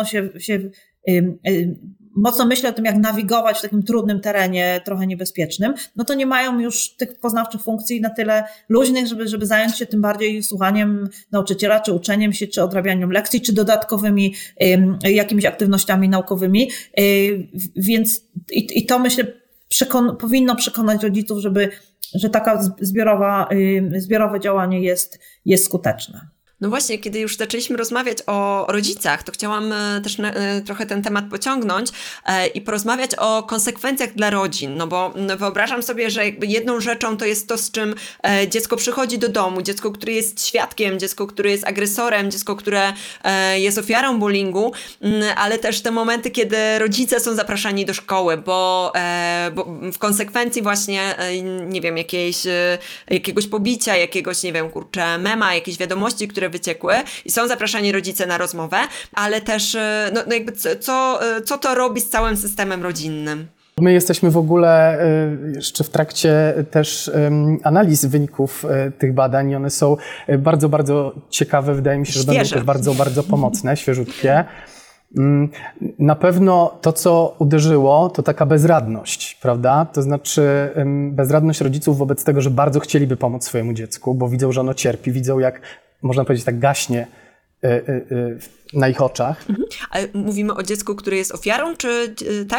mocno myśleć o tym, jak nawigować w takim trudnym terenie, trochę niebezpiecznym, no to nie mają już tych poznawczych funkcji na tyle luźnych, żeby zająć się tym bardziej słuchaniem nauczyciela, czy uczeniem się, czy odrabianiem lekcji, czy dodatkowymi jakimiś aktywnościami naukowymi. Więc i to, myślę, powinno przekonać rodziców, że taka zbiorowe działanie jest skuteczne. No właśnie, kiedy już zaczęliśmy rozmawiać o rodzicach, to chciałam też trochę ten temat pociągnąć i porozmawiać o konsekwencjach dla rodzin, no bo wyobrażam sobie, że jakby jedną rzeczą to jest to, z czym dziecko przychodzi do domu, dziecko, które jest świadkiem, dziecko, które jest agresorem, dziecko, które jest ofiarą bullyingu, ale też te momenty, kiedy rodzice są zapraszani do szkoły, bo w konsekwencji właśnie, nie wiem, jakiegoś pobicia, jakiegoś, nie wiem, mema, jakieś wiadomości, które wyciekły i są zapraszani rodzice na rozmowę, ale też jakby co to robi z całym systemem rodzinnym? My jesteśmy w ogóle jeszcze w trakcie też analiz wyników tych badań i one są bardzo, bardzo ciekawe. Wydaje mi się, że będą też bardzo, bardzo pomocne, świeżutkie. Na pewno to, co uderzyło, to taka bezradność, prawda? To znaczy bezradność rodziców wobec tego, że bardzo chcieliby pomóc swojemu dziecku, bo widzą, że ono cierpi, widzą, jak, można powiedzieć, tak gaśnie na ich oczach. Ale mówimy o dziecku, które jest ofiarą, czy tak?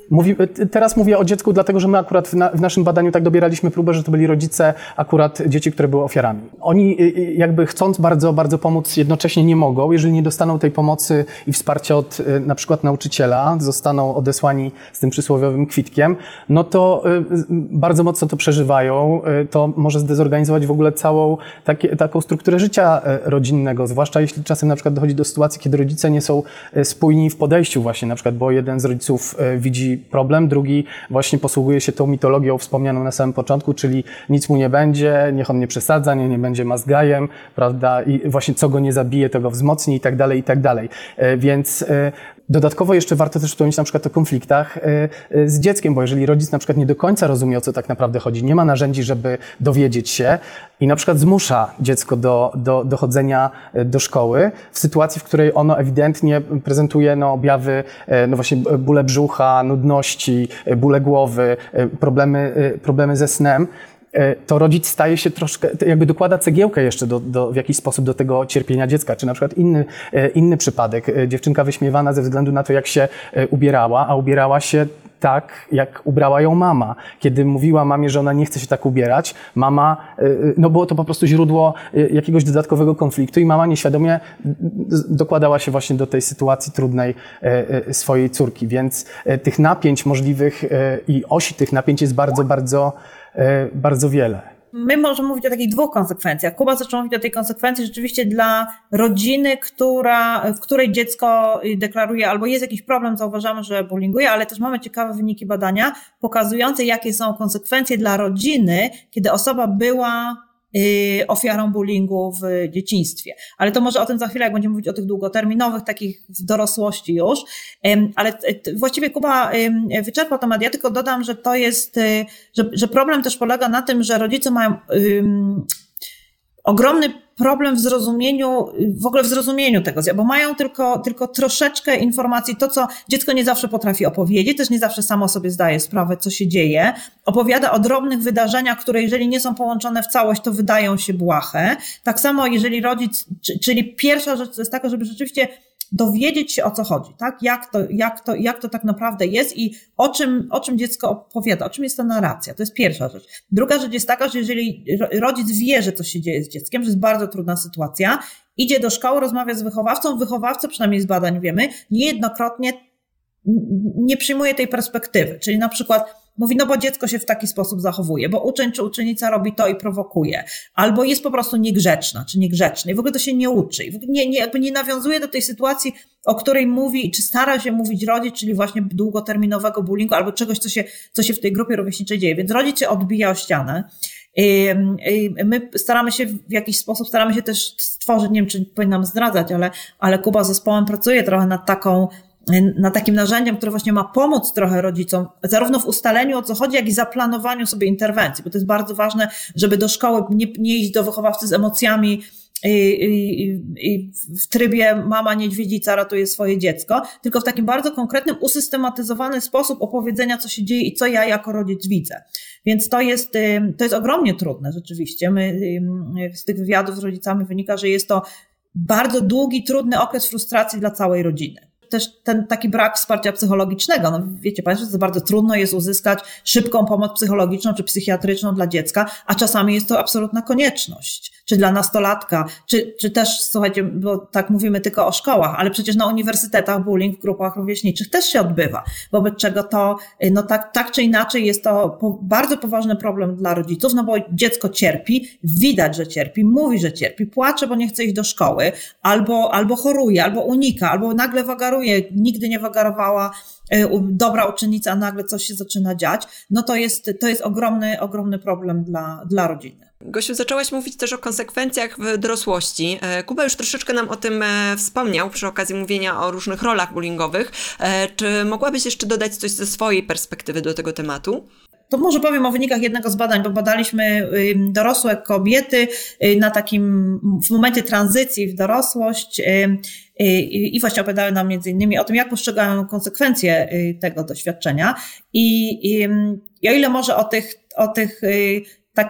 Teraz mówię o dziecku, dlatego że my akurat w naszym badaniu tak dobieraliśmy próbę, że to byli rodzice akurat dzieci, które były ofiarami. Oni jakby chcąc bardzo, bardzo pomóc, jednocześnie nie mogą. Jeżeli nie dostaną tej pomocy i wsparcia od na przykład nauczyciela, zostaną odesłani z tym przysłowiowym kwitkiem, no to bardzo mocno to przeżywają. To może zdezorganizować w ogóle całą taką strukturę życia rodzinnego, zwłaszcza jeśli czasem na przykład dochodzi do sytuacji, kiedy rodzice nie są spójni w podejściu właśnie, na przykład, bo jeden z rodziców widzi problem, drugi właśnie posługuje się tą mitologią wspomnianą na samym początku, czyli nic mu nie będzie, niech on nie przesadza, nie będzie mazgajem, prawda, i właśnie co go nie zabije, to go wzmocni i tak dalej, i tak dalej. Więc dodatkowo jeszcze warto też wspomnieć na przykład o konfliktach z dzieckiem, bo jeżeli rodzic na przykład nie do końca rozumie, o co tak naprawdę chodzi, nie ma narzędzi, żeby dowiedzieć się i na przykład zmusza dziecko do chodzenia do szkoły w sytuacji, w której ono ewidentnie prezentuje objawy, właśnie bóle brzucha, nudności, bóle głowy, problemy ze snem, to rodzic staje się troszkę, jakby dokłada cegiełkę jeszcze w jakiś sposób do tego cierpienia dziecka. Czy na przykład inny przypadek, dziewczynka wyśmiewana ze względu na to, jak się ubierała, a ubierała się tak, jak ubrała ją mama. Kiedy mówiła mamie, że ona nie chce się tak ubierać, mama, było to po prostu źródło jakiegoś dodatkowego konfliktu i mama nieświadomie dokładała się właśnie do tej sytuacji trudnej swojej córki. Więc tych napięć możliwych i osi tych napięć jest bardzo, bardzo, bardzo wiele. My możemy mówić o takich dwóch konsekwencjach. Kuba zaczął mówić o tej konsekwencji rzeczywiście dla rodziny, w której dziecko deklaruje albo jest jakiś problem, zauważamy, że bullyinguje, ale też mamy ciekawe wyniki badania pokazujące, jakie są konsekwencje dla rodziny, kiedy osoba była ofiarą bullyingu w dzieciństwie. Ale to może o tym za chwilę, jak będziemy mówić o tych długoterminowych, takich w dorosłości już. Ale właściwie Kuba wyczerpał temat. Ja tylko dodam, że to jest, że problem też polega na tym, że rodzice mają ogromny problem w ogóle w zrozumieniu tego, bo mają tylko troszeczkę informacji, to co dziecko nie zawsze potrafi opowiedzieć, też nie zawsze samo sobie zdaje sprawę, co się dzieje. Opowiada o drobnych wydarzeniach, które jeżeli nie są połączone w całość, to wydają się błahe. Tak samo jeżeli rodzic, czyli pierwsza rzecz to jest taka, żeby rzeczywiście dowiedzieć się, o co chodzi, tak? Jak to tak naprawdę jest i o czym dziecko opowiada, o czym jest ta narracja. To jest pierwsza rzecz. Druga rzecz jest taka, że jeżeli rodzic wie, że coś się dzieje z dzieckiem, że jest bardzo trudna sytuacja, idzie do szkoły, rozmawia z wychowawcą, wychowawca, przynajmniej z badań wiemy, niejednokrotnie nie przyjmuje tej perspektywy. Czyli na przykład mówi, bo dziecko się w taki sposób zachowuje, bo uczeń czy uczennica robi to i prowokuje, albo jest po prostu niegrzeczna czy niegrzeczny i w ogóle to się nie uczy. I w ogóle nie nawiązuje do tej sytuacji, o której mówi, czy stara się mówić rodzic, czyli właśnie długoterminowego bullyingu albo czegoś, co się w tej grupie rówieśniczej dzieje. Więc rodzic się odbija o ścianę. My staramy się w jakiś sposób, też stworzyć, nie wiem, czy powinnam zdradzać, ale Kuba z zespołem pracuje trochę nad takim narzędziem, które właśnie ma pomóc trochę rodzicom, zarówno w ustaleniu, o co chodzi, jak i zaplanowaniu sobie interwencji, bo to jest bardzo ważne, żeby do szkoły nie iść do wychowawcy z emocjami i w trybie mama niedźwiedzica ratuje swoje dziecko, tylko w takim bardzo konkretnym, usystematyzowany sposób opowiedzenia, co się dzieje i co ja jako rodzic widzę. Więc to jest ogromnie trudne rzeczywiście. Z tych wywiadów z rodzicami wynika, że jest to bardzo długi, trudny okres frustracji dla całej rodziny. Też ten taki brak wsparcia psychologicznego. Wiecie Państwo, że bardzo trudno jest uzyskać szybką pomoc psychologiczną czy psychiatryczną dla dziecka, a czasami jest to absolutna konieczność. Czy dla nastolatka, czy też, słuchajcie, bo tak mówimy tylko o szkołach, ale przecież na uniwersytetach bullying w grupach rówieśniczych też się odbywa. Wobec czego to, tak czy inaczej jest to bardzo poważny problem dla rodziców, bo dziecko cierpi, widać, że cierpi, mówi, że cierpi, płacze, bo nie chce iść do szkoły, albo choruje, albo unika, albo nagle wagaruje, nigdy nie wagarowała dobra uczennica, a nagle coś się zaczyna dziać, to jest ogromny problem dla rodziny. Gosiu, zaczęłaś mówić też o konsekwencjach w dorosłości. Kuba już troszeczkę nam o tym wspomniał przy okazji mówienia o różnych rolach bullyingowych. Czy mogłabyś jeszcze dodać coś ze swojej perspektywy do tego tematu? To może powiem o wynikach jednego z badań, bo badaliśmy dorosłe kobiety w momencie tranzycji w dorosłość i właśnie opowiadały nam między innymi o tym, jak postrzegają konsekwencje tego doświadczenia. I o ile może o tych takich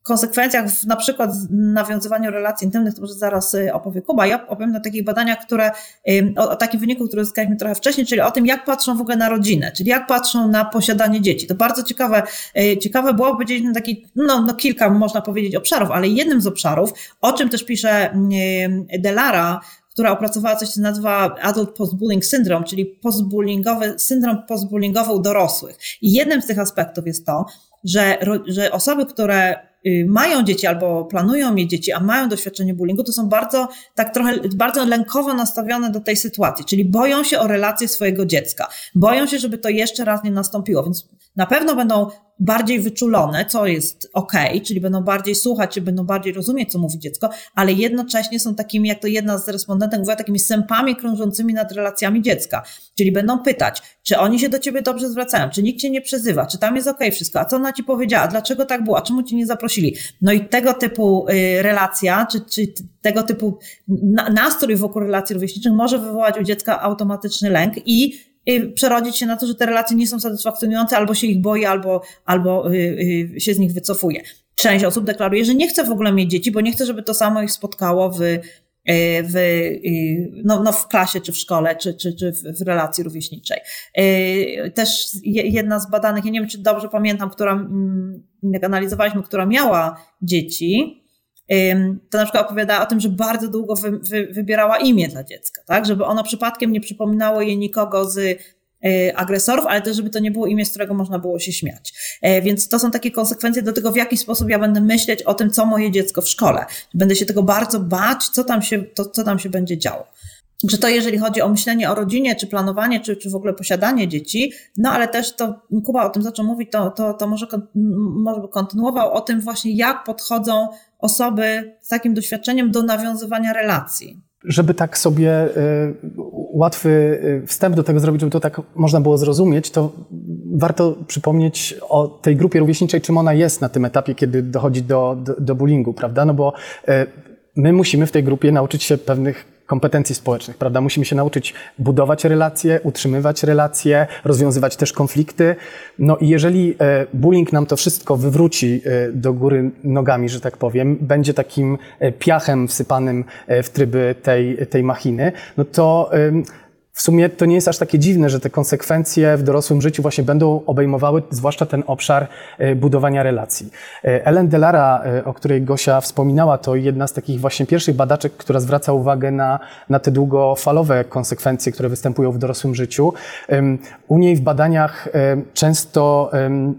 konsekwencjach, na przykład w nawiązywaniu relacji intymnych, to może zaraz opowie Kuba. Ja opowiem o takich badaniach, o takim wyniku, który uzyskaliśmy trochę wcześniej, czyli o tym, jak patrzą w ogóle na rodzinę, czyli jak patrzą na posiadanie dzieci. To bardzo ciekawe było, powiedzieliśmy kilka, można powiedzieć, obszarów, ale jednym z obszarów, o czym też pisze Delara, która opracowała coś, co się nazywa Adult Post-Bullying Syndrome, czyli syndrom postbullyingowy u dorosłych. I jednym z tych aspektów jest to, że osoby, które mają dzieci albo planują mieć dzieci, a mają doświadczenie bullyingu, to są bardzo lękowo nastawione do tej sytuacji, czyli boją się o relacje swojego dziecka. Boją się, żeby to jeszcze raz nie nastąpiło, więc na pewno będą bardziej wyczulone, co jest okej, czyli będą bardziej słuchać, czy będą bardziej rozumieć, co mówi dziecko, ale jednocześnie są takimi, jak to jedna z respondentek mówiła, takimi sępami krążącymi nad relacjami dziecka. Czyli będą pytać, czy oni się do ciebie dobrze zwracają, czy nikt cię nie przezywa, czy tam jest okej wszystko, a co ona ci powiedziała, dlaczego tak było, a czemu cię nie zaprosili. No i tego typu relacja, czy tego typu nastrój wokół relacji rówieśniczych może wywołać u dziecka automatyczny lęk i przerodzić się na to, że te relacje nie są satysfakcjonujące, albo się ich boi, albo się z nich wycofuje. Część osób deklaruje, że nie chce w ogóle mieć dzieci, bo nie chce, żeby to samo ich spotkało w klasie, czy w szkole, czy w relacji rówieśniczej. Też jedna z badanych, ja nie wiem, czy dobrze pamiętam, jak analizowaliśmy, która miała dzieci, to na przykład opowiadała o tym, że bardzo długo wybierała imię dla dziecka, tak, żeby ono przypadkiem nie przypominało jej nikogo z agresorów, ale też, żeby to nie było imię, z którego można było się śmiać. Więc to są takie konsekwencje do tego, w jaki sposób ja będę myśleć o tym, co moje dziecko w szkole. Będę się tego bardzo bać, co tam się będzie działo. Że to jeżeli chodzi o myślenie o rodzinie, czy planowanie, czy w ogóle posiadanie dzieci, no ale też to Kuba o tym zaczął mówić, to może by kontynuował o tym właśnie, jak podchodzą osoby z takim doświadczeniem do nawiązywania relacji. Żeby tak sobie łatwy wstęp do tego zrobić, żeby to tak można było zrozumieć, to warto przypomnieć o tej grupie rówieśniczej, czym ona jest na tym etapie, kiedy dochodzi do bullyingu, prawda? No bo my musimy w tej grupie nauczyć się pewnych kompetencji społecznych, prawda? Musimy się nauczyć budować relacje, utrzymywać relacje, rozwiązywać też konflikty. No i jeżeli bullying nam to wszystko wywróci do góry nogami, że tak powiem, będzie takim piachem wsypanym w tryby tej machiny, no to w sumie to nie jest aż takie dziwne, że te konsekwencje w dorosłym życiu właśnie będą obejmowały zwłaszcza ten obszar budowania relacji. Ellen Delara, o której Gosia wspominała, to jedna z takich właśnie pierwszych badaczek, która zwraca uwagę na te długofalowe konsekwencje, które występują w dorosłym życiu. U niej w badaniach często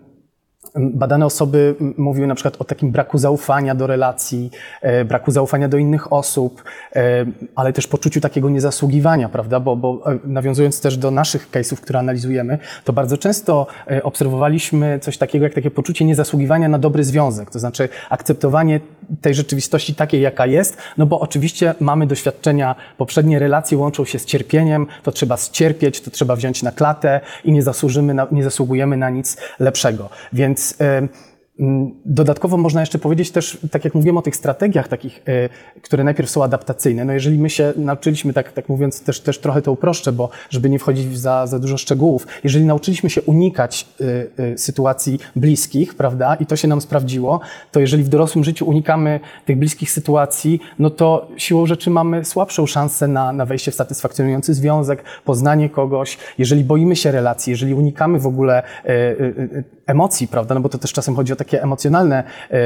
badane osoby mówiły na przykład o takim braku zaufania do relacji, braku zaufania do innych osób, ale też poczuciu takiego niezasługiwania, prawda? Bo nawiązując też do naszych case'ów, które analizujemy, to bardzo często obserwowaliśmy coś takiego jak takie poczucie niezasługiwania na dobry związek, to znaczy akceptowanie tej rzeczywistości takiej, jaka jest, no bo oczywiście mamy doświadczenia, poprzednie relacje łączą się z cierpieniem, to trzeba scierpieć, to trzeba wziąć na klatę i nie zasługujemy na nic lepszego. Więc dodatkowo można jeszcze powiedzieć też, tak jak mówiłem o tych strategiach takich, które najpierw są adaptacyjne, no jeżeli my się nauczyliśmy, tak mówiąc też trochę to uproszczę, bo żeby nie wchodzić w za dużo szczegółów, jeżeli nauczyliśmy się unikać sytuacji bliskich, prawda, i to się nam sprawdziło, to jeżeli w dorosłym życiu unikamy tych bliskich sytuacji, no to siłą rzeczy mamy słabszą szansę na wejście w satysfakcjonujący związek, poznanie kogoś, jeżeli boimy się relacji, jeżeli unikamy w ogóle emocji, prawda, no bo to też czasem chodzi o takie emocjonalne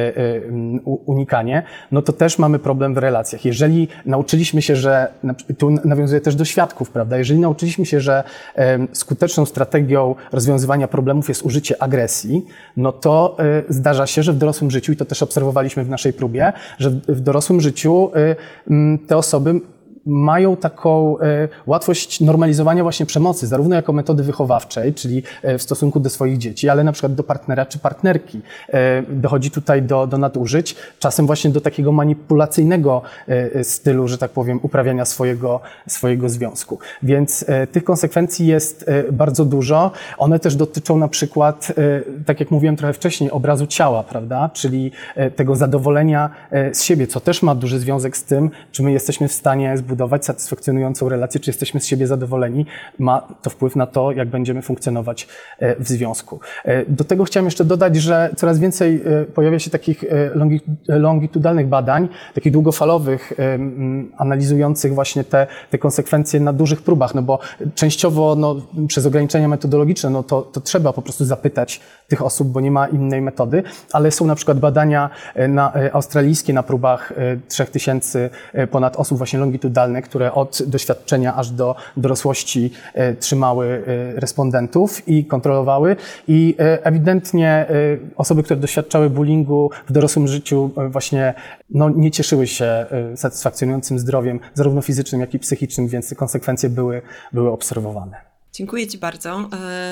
unikanie, no to też mamy problem w relacjach. Jeżeli nauczyliśmy się, że, tu nawiązuję też do świadków, prawda, jeżeli nauczyliśmy się, że skuteczną strategią rozwiązywania problemów jest użycie agresji, no to zdarza się, że w dorosłym życiu, i to też obserwowaliśmy w naszej próbie, że w dorosłym życiu te osoby mają taką łatwość normalizowania właśnie przemocy, zarówno jako metody wychowawczej, czyli w stosunku do swoich dzieci, ale na przykład do partnera czy partnerki. Dochodzi tutaj do nadużyć, czasem właśnie do takiego manipulacyjnego stylu, że tak powiem, uprawiania swojego związku. Więc tych konsekwencji jest bardzo dużo. One też dotyczą na przykład, tak jak mówiłem trochę wcześniej, obrazu ciała, prawda? Czyli tego zadowolenia z siebie, co też ma duży związek z tym, czy my jesteśmy w stanie zbudować budować satysfakcjonującą relację, czy jesteśmy z siebie zadowoleni, ma to wpływ na to, jak będziemy funkcjonować w związku. Do tego chciałem jeszcze dodać, że coraz więcej pojawia się takich longitudinalnych badań, takich długofalowych, analizujących właśnie te konsekwencje na dużych próbach, no bo częściowo przez ograniczenia metodologiczne to trzeba po prostu zapytać tych osób, bo nie ma innej metody, ale są na przykład badania australijskie na próbach 3000 ponad osób właśnie longitudinalne, które od doświadczenia aż do dorosłości trzymały respondentów i kontrolowały i ewidentnie osoby, które doświadczały bullyingu w dorosłym życiu właśnie nie cieszyły się satysfakcjonującym zdrowiem, zarówno fizycznym, jak i psychicznym, więc te konsekwencje były obserwowane. Dziękuję Ci bardzo.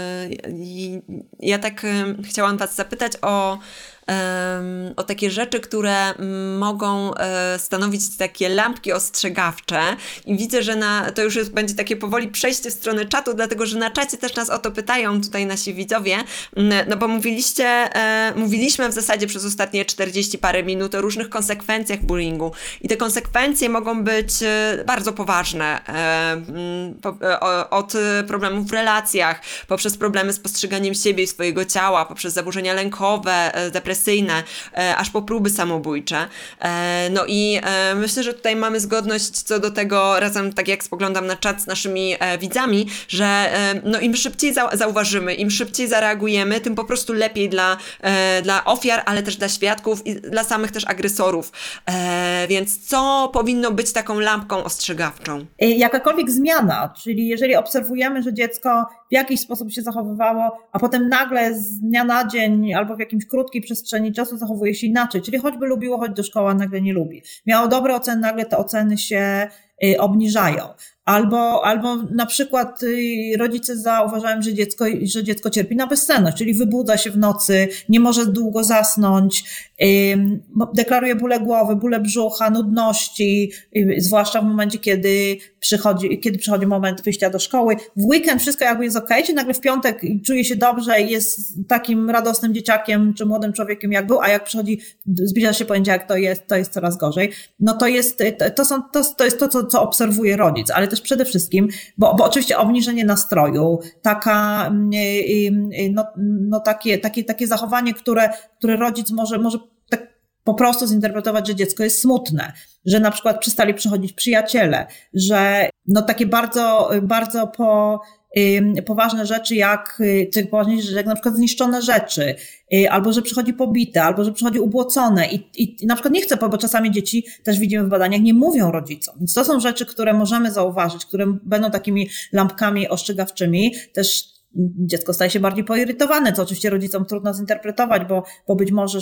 Ja tak chciałam Was zapytać o takie rzeczy, które mogą stanowić takie lampki ostrzegawcze i widzę, że to już będzie takie powoli przejście w stronę czatu, dlatego że na czacie też nas o to pytają tutaj nasi widzowie, no bo mówiliśmy w zasadzie przez ostatnie 40 parę minut o różnych konsekwencjach bullyingu i te konsekwencje mogą być bardzo poważne, od problemów w relacjach, poprzez problemy z postrzeganiem siebie i swojego ciała, poprzez zaburzenia lękowe, depresyjne, aż po próby samobójcze. No i myślę, że tutaj mamy zgodność co do tego, razem tak jak spoglądam na czat z naszymi widzami, że im szybciej zauważymy, im szybciej zareagujemy, tym po prostu lepiej dla ofiar, ale też dla świadków i dla samych też agresorów. Więc co powinno być taką lampką ostrzegawczą? Jakakolwiek zmiana, czyli jeżeli obserwujemy, że dziecko w jakiś sposób się zachowywało, a potem nagle z dnia na dzień albo w jakimś krótkiej przestrzeni czasu zachowuje się inaczej, czyli choćby lubiło chodzić do szkoły, a nagle nie lubi. Miało dobre oceny, nagle te oceny się obniżają. Albo na przykład rodzice zauważają, że dziecko cierpi na bezsenność, czyli wybudza się w nocy, nie może długo zasnąć, deklaruje bóle głowy, bóle brzucha, nudności, zwłaszcza w momencie, kiedy przychodzi moment wyjścia do szkoły. W weekend wszystko jakby jest okej, czy nagle w piątek czuje się dobrze i jest takim radosnym dzieciakiem czy młodym człowiekiem jak był, a jak zbliża się poniedziałek, to jest coraz gorzej. No to jest to, co obserwuje rodzic, ale też przede wszystkim, bo oczywiście obniżenie nastroju, takie zachowanie, które rodzic może tak po prostu zinterpretować, że dziecko jest smutne, że na przykład przestali przychodzić przyjaciele, że takie bardzo, bardzo poważne rzeczy, jak na przykład zniszczone rzeczy, albo że przychodzi pobite, albo że przychodzi ubłocone i na przykład nie chce, bo czasami dzieci, też widzimy w badaniach, nie mówią rodzicom. Więc to są rzeczy, które możemy zauważyć, które będą takimi lampkami ostrzegawczymi. Też dziecko staje się bardziej poirytowane, co oczywiście rodzicom trudno zinterpretować, bo być może,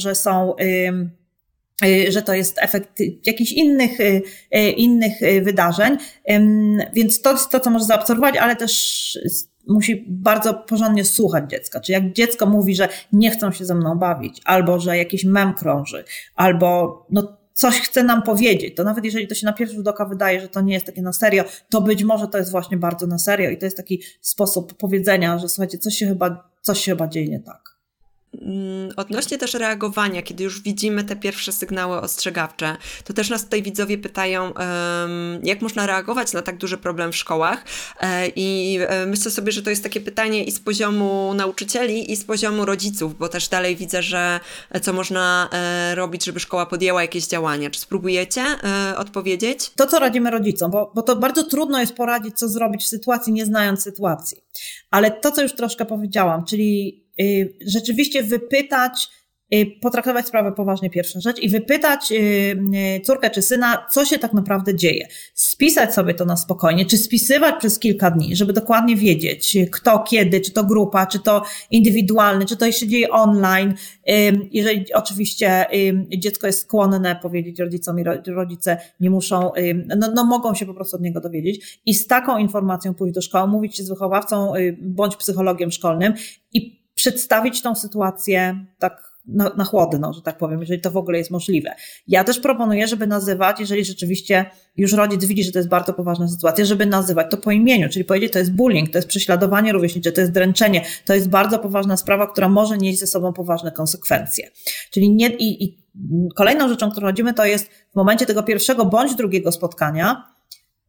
że to jest efekt jakichś innych wydarzeń. Więc to jest to, co może zaobserwować, ale też musi bardzo porządnie słuchać dziecka. Czyli jak dziecko mówi, że nie chcą się ze mną bawić, albo że jakiś mem krąży, albo coś chce nam powiedzieć, to nawet jeżeli to się na pierwszy rzut oka wydaje, że to nie jest takie na serio, to być może to jest właśnie bardzo na serio i to jest taki sposób powiedzenia, że słuchajcie, coś się chyba dzieje nie tak. Odnośnie też reagowania, kiedy już widzimy te pierwsze sygnały ostrzegawcze, to też nas tutaj widzowie pytają, jak można reagować na tak duży problem w szkołach i myślę sobie, że to jest takie pytanie i z poziomu nauczycieli i z poziomu rodziców, bo też dalej widzę, że co można robić, żeby szkoła podjęła jakieś działania. Czy spróbujecie odpowiedzieć? To, co radzimy rodzicom, bo to bardzo trudno jest poradzić, co zrobić w sytuacji, nie znając sytuacji. Ale to, co już troszkę powiedziałam, czyli rzeczywiście wypytać, potraktować sprawę poważnie, pierwsza rzecz, i wypytać córkę czy syna, co się tak naprawdę dzieje. Spisać sobie to na spokojnie, czy spisywać przez kilka dni, żeby dokładnie wiedzieć, kto, kiedy, czy to grupa, czy to indywidualny, czy to się dzieje online. Jeżeli oczywiście dziecko jest skłonne powiedzieć rodzicom i rodzice nie muszą, mogą się po prostu od niego dowiedzieć i z taką informacją pójść do szkoły, mówić się z wychowawcą bądź psychologiem szkolnym i przedstawić tą sytuację tak na chłodno, że tak powiem, jeżeli to w ogóle jest możliwe. Ja też proponuję, żeby nazywać, jeżeli rzeczywiście już rodzic widzi, że to jest bardzo poważna sytuacja, żeby nazywać to po imieniu, czyli powiedzieć, to jest bullying, to jest prześladowanie rówieśnicze, to jest dręczenie, to jest bardzo poważna sprawa, która może nieść ze sobą poważne konsekwencje. Czyli kolejną rzeczą, którą rodzimy, to jest w momencie tego pierwszego bądź drugiego spotkania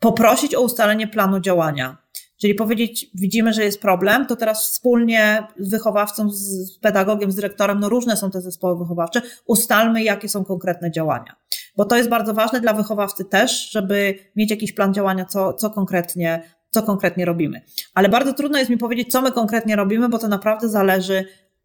poprosić o ustalenie planu działania. Czyli powiedzieć, widzimy, że jest problem, to teraz wspólnie z wychowawcą, z pedagogiem, z dyrektorem, no różne są te zespoły wychowawcze, ustalmy, jakie są konkretne działania. Bo to jest bardzo ważne dla wychowawcy też, żeby mieć jakiś plan działania, co konkretnie robimy. Ale bardzo trudno jest mi powiedzieć, co my konkretnie robimy, bo to naprawdę zależy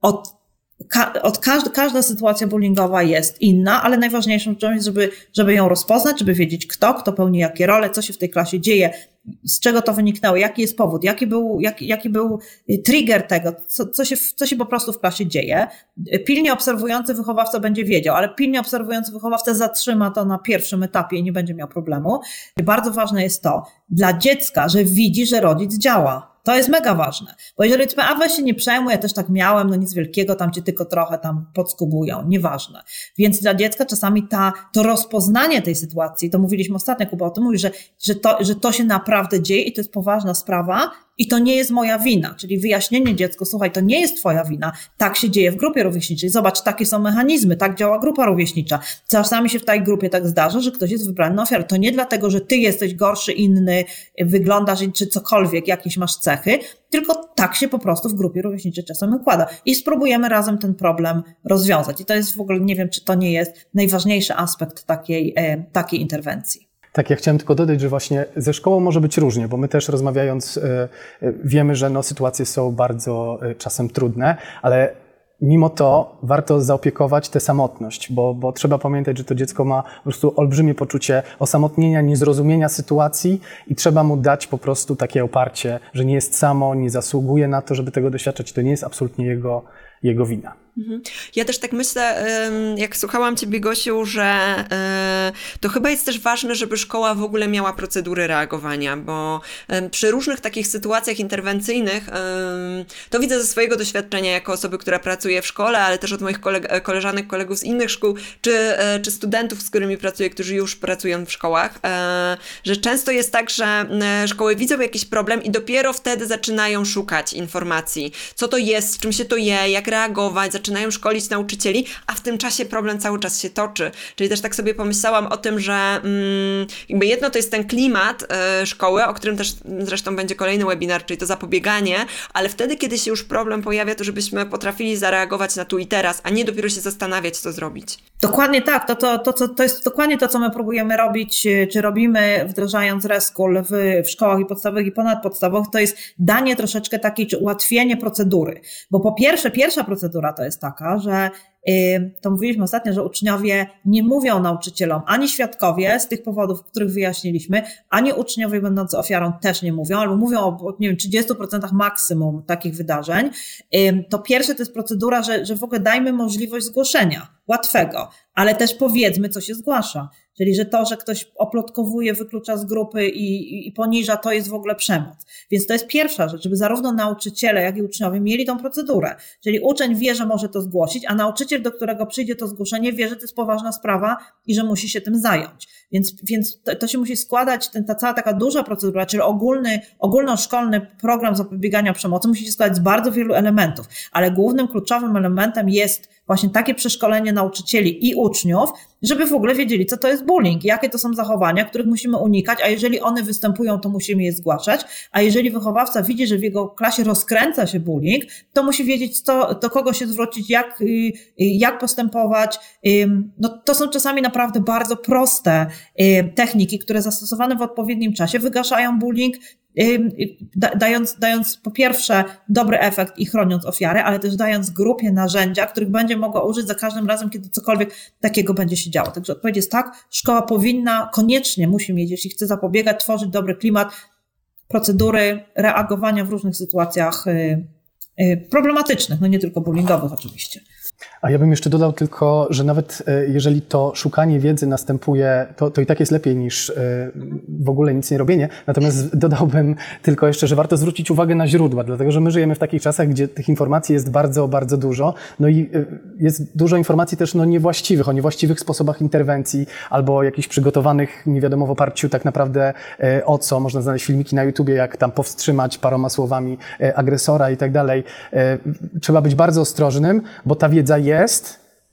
każda sytuacja bullyingowa jest inna, ale najważniejszą rzeczą jest, żeby ją rozpoznać, żeby wiedzieć kto pełni jakie role, co się w tej klasie dzieje, z czego to wyniknęło, jaki jest powód, jaki był trigger tego, co się po prostu w klasie dzieje. Pilnie obserwujący wychowawca będzie wiedział, ale pilnie obserwujący wychowawca zatrzyma to na pierwszym etapie i nie będzie miał problemu. Bardzo ważne jest to dla dziecka, że widzi, że rodzic działa. To jest mega ważne, bo jeżeli rodzic powie, a weź się nie przejmuj, ja też tak miałem, no nic wielkiego, tam cię tylko trochę tam podskubują, nieważne. Więc dla dziecka czasami to rozpoznanie tej sytuacji, to mówiliśmy ostatnio, Kuba o tym mówi, że to się naprawdę dzieje i to jest poważna sprawa i to nie jest moja wina, czyli wyjaśnienie dziecku, słuchaj, to nie jest twoja wina, tak się dzieje w grupie rówieśniczej, zobacz, takie są mechanizmy, tak działa grupa rówieśnicza. Czasami się w tej grupie tak zdarza, że ktoś jest wybrany na ofiarę. To nie dlatego, że ty jesteś gorszy, inny, wyglądasz czy cokolwiek, jakieś masz cechy, tylko tak się po prostu w grupie rówieśniczej czasem układa. I spróbujemy razem ten problem rozwiązać. I to jest w ogóle, nie wiem, czy to nie jest najważniejszy aspekt takiej interwencji. Tak, ja chciałem tylko dodać, że właśnie ze szkołą może być różnie, bo my też rozmawiając wiemy, że sytuacje są bardzo czasem trudne, ale mimo to warto zaopiekować tę samotność, bo trzeba pamiętać, że to dziecko ma po prostu olbrzymie poczucie osamotnienia, niezrozumienia sytuacji i trzeba mu dać po prostu takie oparcie, że nie jest samo, nie zasługuje na to, żeby tego doświadczać. To nie jest absolutnie jego wina. Ja też tak myślę, jak słuchałam Ciebie, Gosiu, że to chyba jest też ważne, żeby szkoła w ogóle miała procedury reagowania, bo przy różnych takich sytuacjach interwencyjnych, to widzę ze swojego doświadczenia jako osoby, która pracuje w szkole, ale też od moich koleżanek, kolegów z innych szkół, czy studentów, z którymi pracuję, którzy już pracują w szkołach, że często jest tak, że szkoły widzą jakiś problem i dopiero wtedy zaczynają szukać informacji, co to jest, z czym się to je, jak reagować, zaczynają szkolić nauczycieli, a w tym czasie problem cały czas się toczy. Czyli też tak sobie pomyślałam o tym, że jakby jedno to jest ten klimat szkoły, o którym też zresztą będzie kolejny webinar, czyli to zapobieganie, ale wtedy, kiedy się już problem pojawia, to żebyśmy potrafili zareagować na tu i teraz, a nie dopiero się zastanawiać, co zrobić. Dokładnie tak. To jest dokładnie to, co my próbujemy robić, czy robimy, wdrażając Reschool w szkołach i podstawowych i ponadpodstawowych, to jest danie troszeczkę takiej, czy ułatwienie procedury. Bo po pierwsze, pierwsza procedura to jest taka, że to mówiliśmy ostatnio, że uczniowie nie mówią nauczycielom, ani świadkowie z tych powodów, których wyjaśniliśmy, ani uczniowie będący ofiarą też nie mówią, albo mówią o, nie wiem, 30% maksimum takich wydarzeń. To pierwsze to jest procedura, że w ogóle dajmy możliwość zgłoszenia, łatwego, ale też powiedzmy, co się zgłasza. Czyli, że to, że ktoś oplotkowuje, wyklucza z grupy i poniża, to jest w ogóle przemoc. Więc to jest pierwsza rzecz, żeby zarówno nauczyciele, jak i uczniowie mieli tą procedurę. Czyli uczeń wie, że może to zgłosić, a nauczyciel, do którego przyjdzie to zgłoszenie, wie, że to jest poważna sprawa i że musi się tym zająć. Więc to się musi składać, ta cała taka duża procedura, czyli ogólnoszkolny program zapobiegania przemocy musi się składać z bardzo wielu elementów, ale głównym, kluczowym elementem jest właśnie takie przeszkolenie nauczycieli i uczniów, żeby w ogóle wiedzieli, co to jest bullying, jakie to są zachowania, których musimy unikać, a jeżeli one występują, to musimy je zgłaszać, a jeżeli wychowawca widzi, że w jego klasie rozkręca się bullying, to musi wiedzieć, do kogo się zwrócić, jak postępować. No, to są czasami naprawdę bardzo proste techniki, które zastosowane w odpowiednim czasie wygaszają bullying, dając po pierwsze dobry efekt i chroniąc ofiarę, ale też dając grupie narzędzia, których będzie mogła użyć za każdym razem, kiedy cokolwiek takiego będzie się działo. Także odpowiedź jest tak, szkoła koniecznie musi mieć, jeśli chce zapobiegać, tworzyć dobry klimat, procedury reagowania w różnych sytuacjach problematycznych, no nie tylko bullyingowych oczywiście. A ja bym jeszcze dodał tylko, że nawet jeżeli to szukanie wiedzy następuje, to i tak jest lepiej niż w ogóle nic nie robienie. Natomiast dodałbym tylko jeszcze, że warto zwrócić uwagę na źródła, dlatego że my żyjemy w takich czasach, gdzie tych informacji jest bardzo, bardzo dużo. No i jest dużo informacji też niewłaściwych, o niewłaściwych sposobach interwencji albo jakichś przygotowanych nie wiadomo w oparciu tak naprawdę o co. Można znaleźć filmiki na YouTubie, jak tam powstrzymać paroma słowami agresora i tak dalej. Trzeba być bardzo ostrożnym, bo ta wiedza jest,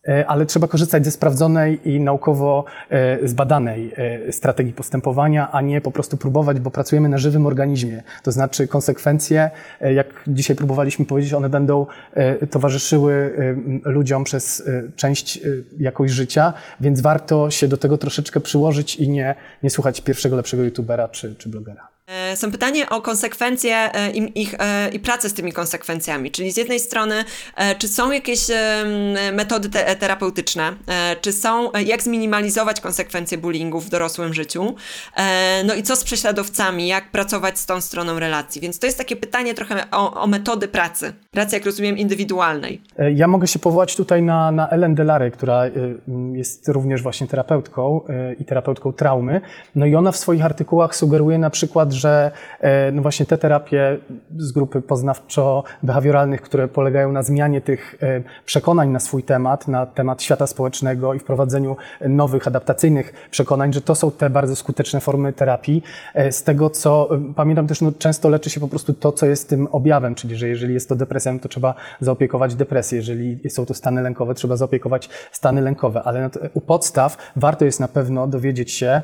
ale trzeba korzystać ze sprawdzonej i naukowo zbadanej strategii postępowania, a nie po prostu próbować, bo pracujemy na żywym organizmie. To znaczy konsekwencje, jak dzisiaj próbowaliśmy powiedzieć, one będą towarzyszyły ludziom przez część jakoś życia, więc warto się do tego troszeczkę przyłożyć i nie słuchać pierwszego lepszego youtubera czy blogera. Są pytania o konsekwencje i pracę z tymi konsekwencjami, czyli z jednej strony, czy są jakieś metody terapeutyczne, czy są, jak zminimalizować konsekwencje bullyingu w dorosłym życiu, no i co z prześladowcami, jak pracować z tą stroną relacji, więc to jest takie pytanie trochę o metody pracy, jak rozumiem, indywidualnej. Ja mogę się powołać tutaj na Ellen Delary, która jest również właśnie terapeutką i terapeutką traumy, no i ona w swoich artykułach sugeruje na przykład, że no właśnie te terapie z grupy poznawczo-behawioralnych, które polegają na zmianie tych przekonań na swój temat, na temat świata społecznego i wprowadzeniu nowych, adaptacyjnych przekonań, że to są te bardzo skuteczne formy terapii. Z tego, co pamiętam też, no często leczy się po prostu to, co jest tym objawem, czyli że jeżeli jest to depresja, to trzeba zaopiekować depresję, jeżeli są to stany lękowe, trzeba zaopiekować stany lękowe, ale u podstaw warto jest na pewno dowiedzieć się,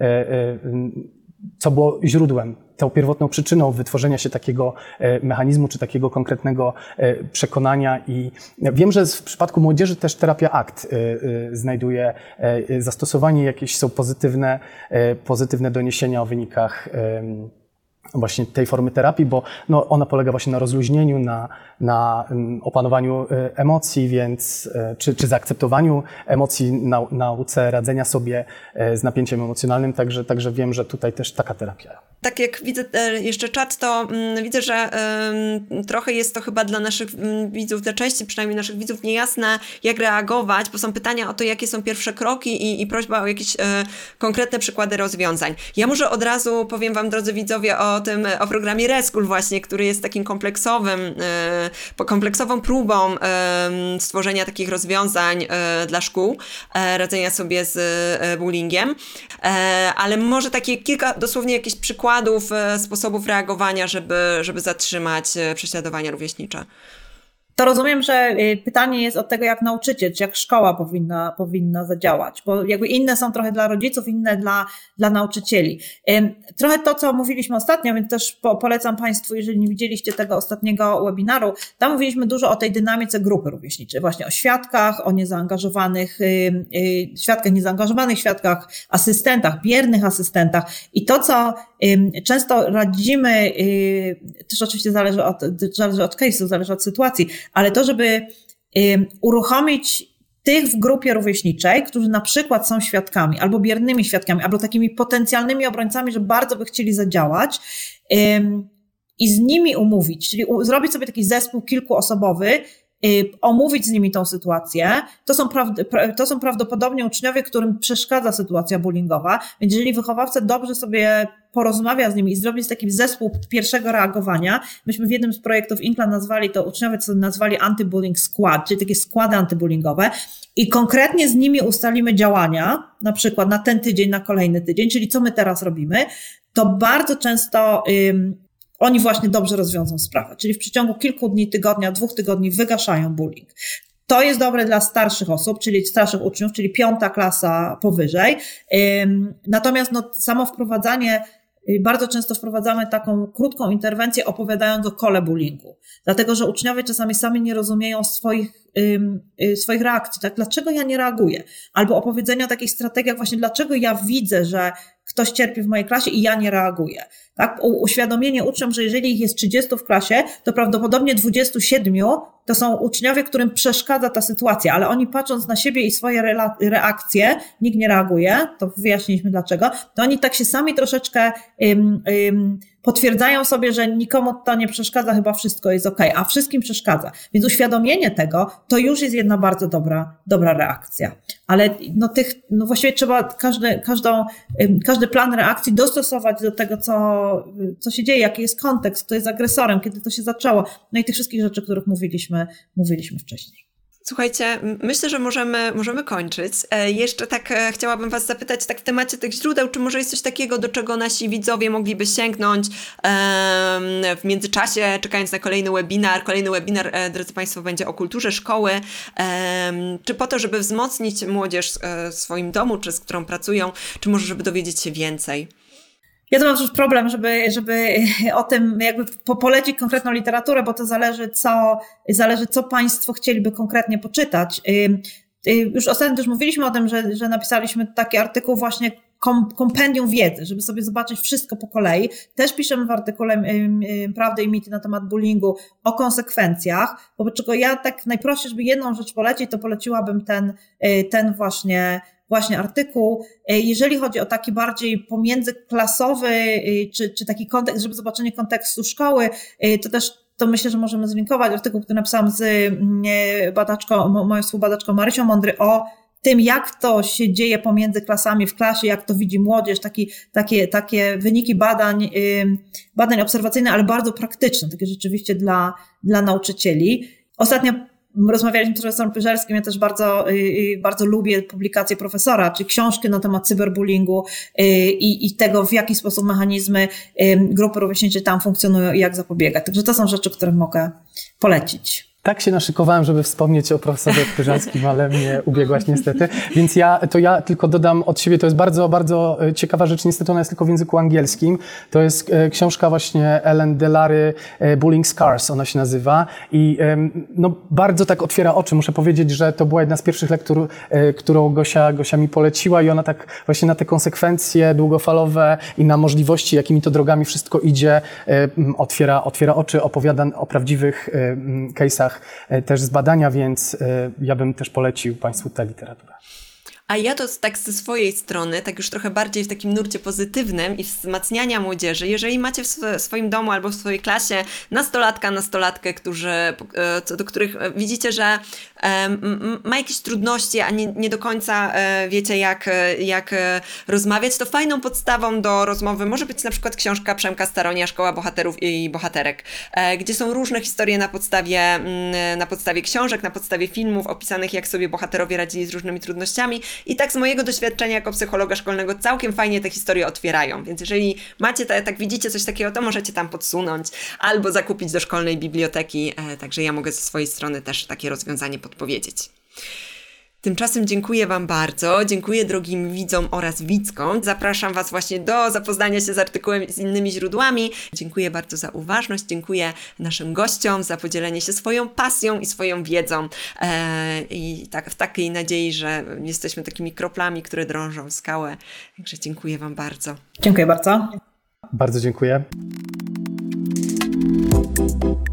co było źródłem, tą pierwotną przyczyną wytworzenia się takiego mechanizmu, czy takiego konkretnego przekonania. I wiem, że w przypadku młodzieży też terapia ACT znajduje zastosowanie, jakieś są pozytywne doniesienia o wynikach właśnie tej formy terapii, bo no, ona polega właśnie na rozluźnieniu, na opanowaniu emocji, więc, czy zaakceptowaniu emocji, nauce radzenia sobie z napięciem emocjonalnym, także wiem, że tutaj też taka terapia. Tak jak widzę jeszcze czat, to widzę, że trochę jest to chyba dla naszych widzów, dla części przynajmniej naszych widzów niejasne, jak reagować, bo są pytania o to, jakie są pierwsze kroki i prośba o jakieś konkretne przykłady rozwiązań. Ja może od razu powiem wam, drodzy widzowie, o programie Reschool właśnie, który jest takim kompleksową próbą stworzenia takich rozwiązań dla szkół, radzenia sobie z bullyingiem, ale może takie dosłownie jakieś przykładów, sposobów reagowania, żeby zatrzymać prześladowania rówieśnicze. To rozumiem, że pytanie jest od tego, jak nauczyciel, czy jak szkoła powinna zadziałać, bo jakby inne są trochę dla rodziców, inne dla nauczycieli. Trochę to, co mówiliśmy ostatnio, więc też polecam Państwu, jeżeli nie widzieliście tego ostatniego webinaru, tam mówiliśmy dużo o tej dynamice grupy rówieśniczej, właśnie o świadkach, o świadkach, asystentach, biernych asystentach i to, co często radzimy, też oczywiście zależy od case'u, zależy od sytuacji, ale to, żeby uruchomić tych w grupie rówieśniczej, którzy na przykład są świadkami, albo biernymi świadkami, albo takimi potencjalnymi obrońcami, że bardzo by chcieli zadziałać i z nimi umówić, czyli zrobić sobie taki zespół kilkuosobowy, omówić z nimi tą sytuację. To są prawdopodobnie uczniowie, którym przeszkadza sytuacja bullyingowa, więc jeżeli wychowawca dobrze sobie porozmawia z nimi i zrobi taki zespół pierwszego reagowania, myśmy w jednym z projektów Inkla nazwali to, uczniowie co nazwali anti-bullying squad, czyli takie składy antybullyingowe i konkretnie z nimi ustalimy działania, na przykład na ten tydzień, na kolejny tydzień, czyli co my teraz robimy, to bardzo często oni właśnie dobrze rozwiążą sprawę, czyli w przeciągu kilku dni, tygodnia, 2 tygodni wygaszają bullying. To jest dobre dla starszych osób, czyli starszych uczniów, czyli 5. klasa powyżej. Natomiast samo wprowadzanie, bardzo często wprowadzamy taką krótką interwencję opowiadając o kole bullyingu. Dlatego, że uczniowie czasami sami nie rozumieją swoich reakcji, tak? Dlaczego ja nie reaguję? Albo opowiedzenia o takich strategiach właśnie, dlaczego ja widzę, że ktoś cierpi w mojej klasie i ja nie reaguję. Tak? Uświadomienie uczniom, że jeżeli ich jest 30 w klasie, to prawdopodobnie 27 to są uczniowie, którym przeszkadza ta sytuacja, ale oni patrząc na siebie i swoje reakcje, nikt nie reaguje, to wyjaśniliśmy dlaczego, to oni tak się sami troszeczkę potwierdzają sobie, że nikomu to nie przeszkadza, chyba wszystko jest okej, a wszystkim przeszkadza. Więc uświadomienie tego to już jest jedna bardzo dobra reakcja. Ale właściwie trzeba każdy plan reakcji dostosować do tego, co się dzieje, jaki jest kontekst, kto jest agresorem, kiedy to się zaczęło, no i tych wszystkich rzeczy, o których mówiliśmy wcześniej. Słuchajcie, myślę, że możemy kończyć. Jeszcze tak chciałabym was zapytać tak w temacie tych źródeł, czy może jest coś takiego, do czego nasi widzowie mogliby sięgnąć w międzyczasie, czekając na kolejny webinar. Kolejny webinar, drodzy Państwo, będzie o kulturze szkoły, czy po to, żeby wzmocnić młodzież w swoim domu, czy z którą pracują, czy może żeby dowiedzieć się więcej? Ja to mam już problem, żeby o tym jakby polecić konkretną literaturę, bo to zależy co Państwo chcieliby konkretnie poczytać. Już ostatnio też mówiliśmy o tym, że napisaliśmy taki artykuł właśnie kompendium wiedzy, żeby sobie zobaczyć wszystko po kolei. Też piszemy w artykule Prawdy i mity na temat bullyingu o konsekwencjach, wobec czego ja tak najprościej, żeby jedną rzecz polecić, to poleciłabym ten właśnie artykuł. Jeżeli chodzi o taki bardziej pomiędzyklasowy, czy taki kontekst, żeby zobaczenie kontekstu szkoły, to myślę, że możemy zlinkować artykuł, który napisałam z moją współbadaczką Marysią Mądry o tym, jak to się dzieje pomiędzy klasami w klasie, jak to widzi młodzież, takie wyniki badań obserwacyjnych, ale bardzo praktyczne, takie rzeczywiście dla nauczycieli. Ostatnio rozmawialiśmy z profesorem Pyżerskim, ja też bardzo lubię publikacje profesora, czy książki na temat cyberbullyingu i tego, w jaki sposób mechanizmy grupy rówieśniczej tam funkcjonują i jak zapobiegać. Także to są rzeczy, które mogę polecić. Tak się naszykowałem, żeby wspomnieć o profesorze Pyżarskim, ale mnie ubiegłaś niestety. Więc ja tylko dodam od siebie, to jest bardzo, bardzo ciekawa rzecz. Niestety ona jest tylko w języku angielskim. To jest książka właśnie Ellen Delary, Bullying Scars, ona się nazywa. I bardzo tak otwiera oczy. Muszę powiedzieć, że to była jedna z pierwszych lektur, którą Gosia mi poleciła i ona tak właśnie na te konsekwencje długofalowe i na możliwości, jakimi to drogami wszystko idzie, otwiera oczy, opowiada o prawdziwych case'ach też z badania, więc ja bym też polecił Państwu tę literaturę. A ja to tak ze swojej strony, tak już trochę bardziej w takim nurcie pozytywnym i wzmacniania młodzieży, jeżeli macie w swoim domu albo w swojej klasie nastolatkę, do których widzicie, że ma jakieś trudności, a nie do końca wiecie jak rozmawiać, to fajną podstawą do rozmowy może być na przykład książka Przemka Staronia, Szkoła bohaterów i bohaterek, gdzie są różne historie na podstawie książek, na podstawie filmów opisanych, jak sobie bohaterowie radzili z różnymi trudnościami. I tak z mojego doświadczenia jako psychologa szkolnego całkiem fajnie te historie otwierają. Więc jeżeli macie, tak widzicie coś takiego, to możecie tam podsunąć albo zakupić do szkolnej biblioteki. Także ja mogę ze swojej strony też takie rozwiązanie podpowiedzieć. Tymczasem dziękuję Wam bardzo, dziękuję drogim widzom oraz widzkom. Zapraszam Was właśnie do zapoznania się z artykułem i z innymi źródłami. Dziękuję bardzo za uważność, dziękuję naszym gościom za podzielenie się swoją pasją i swoją wiedzą. I tak w takiej nadziei, że jesteśmy takimi kroplami, które drążą w skałę. Także dziękuję Wam bardzo. Dziękuję bardzo. Bardzo dziękuję.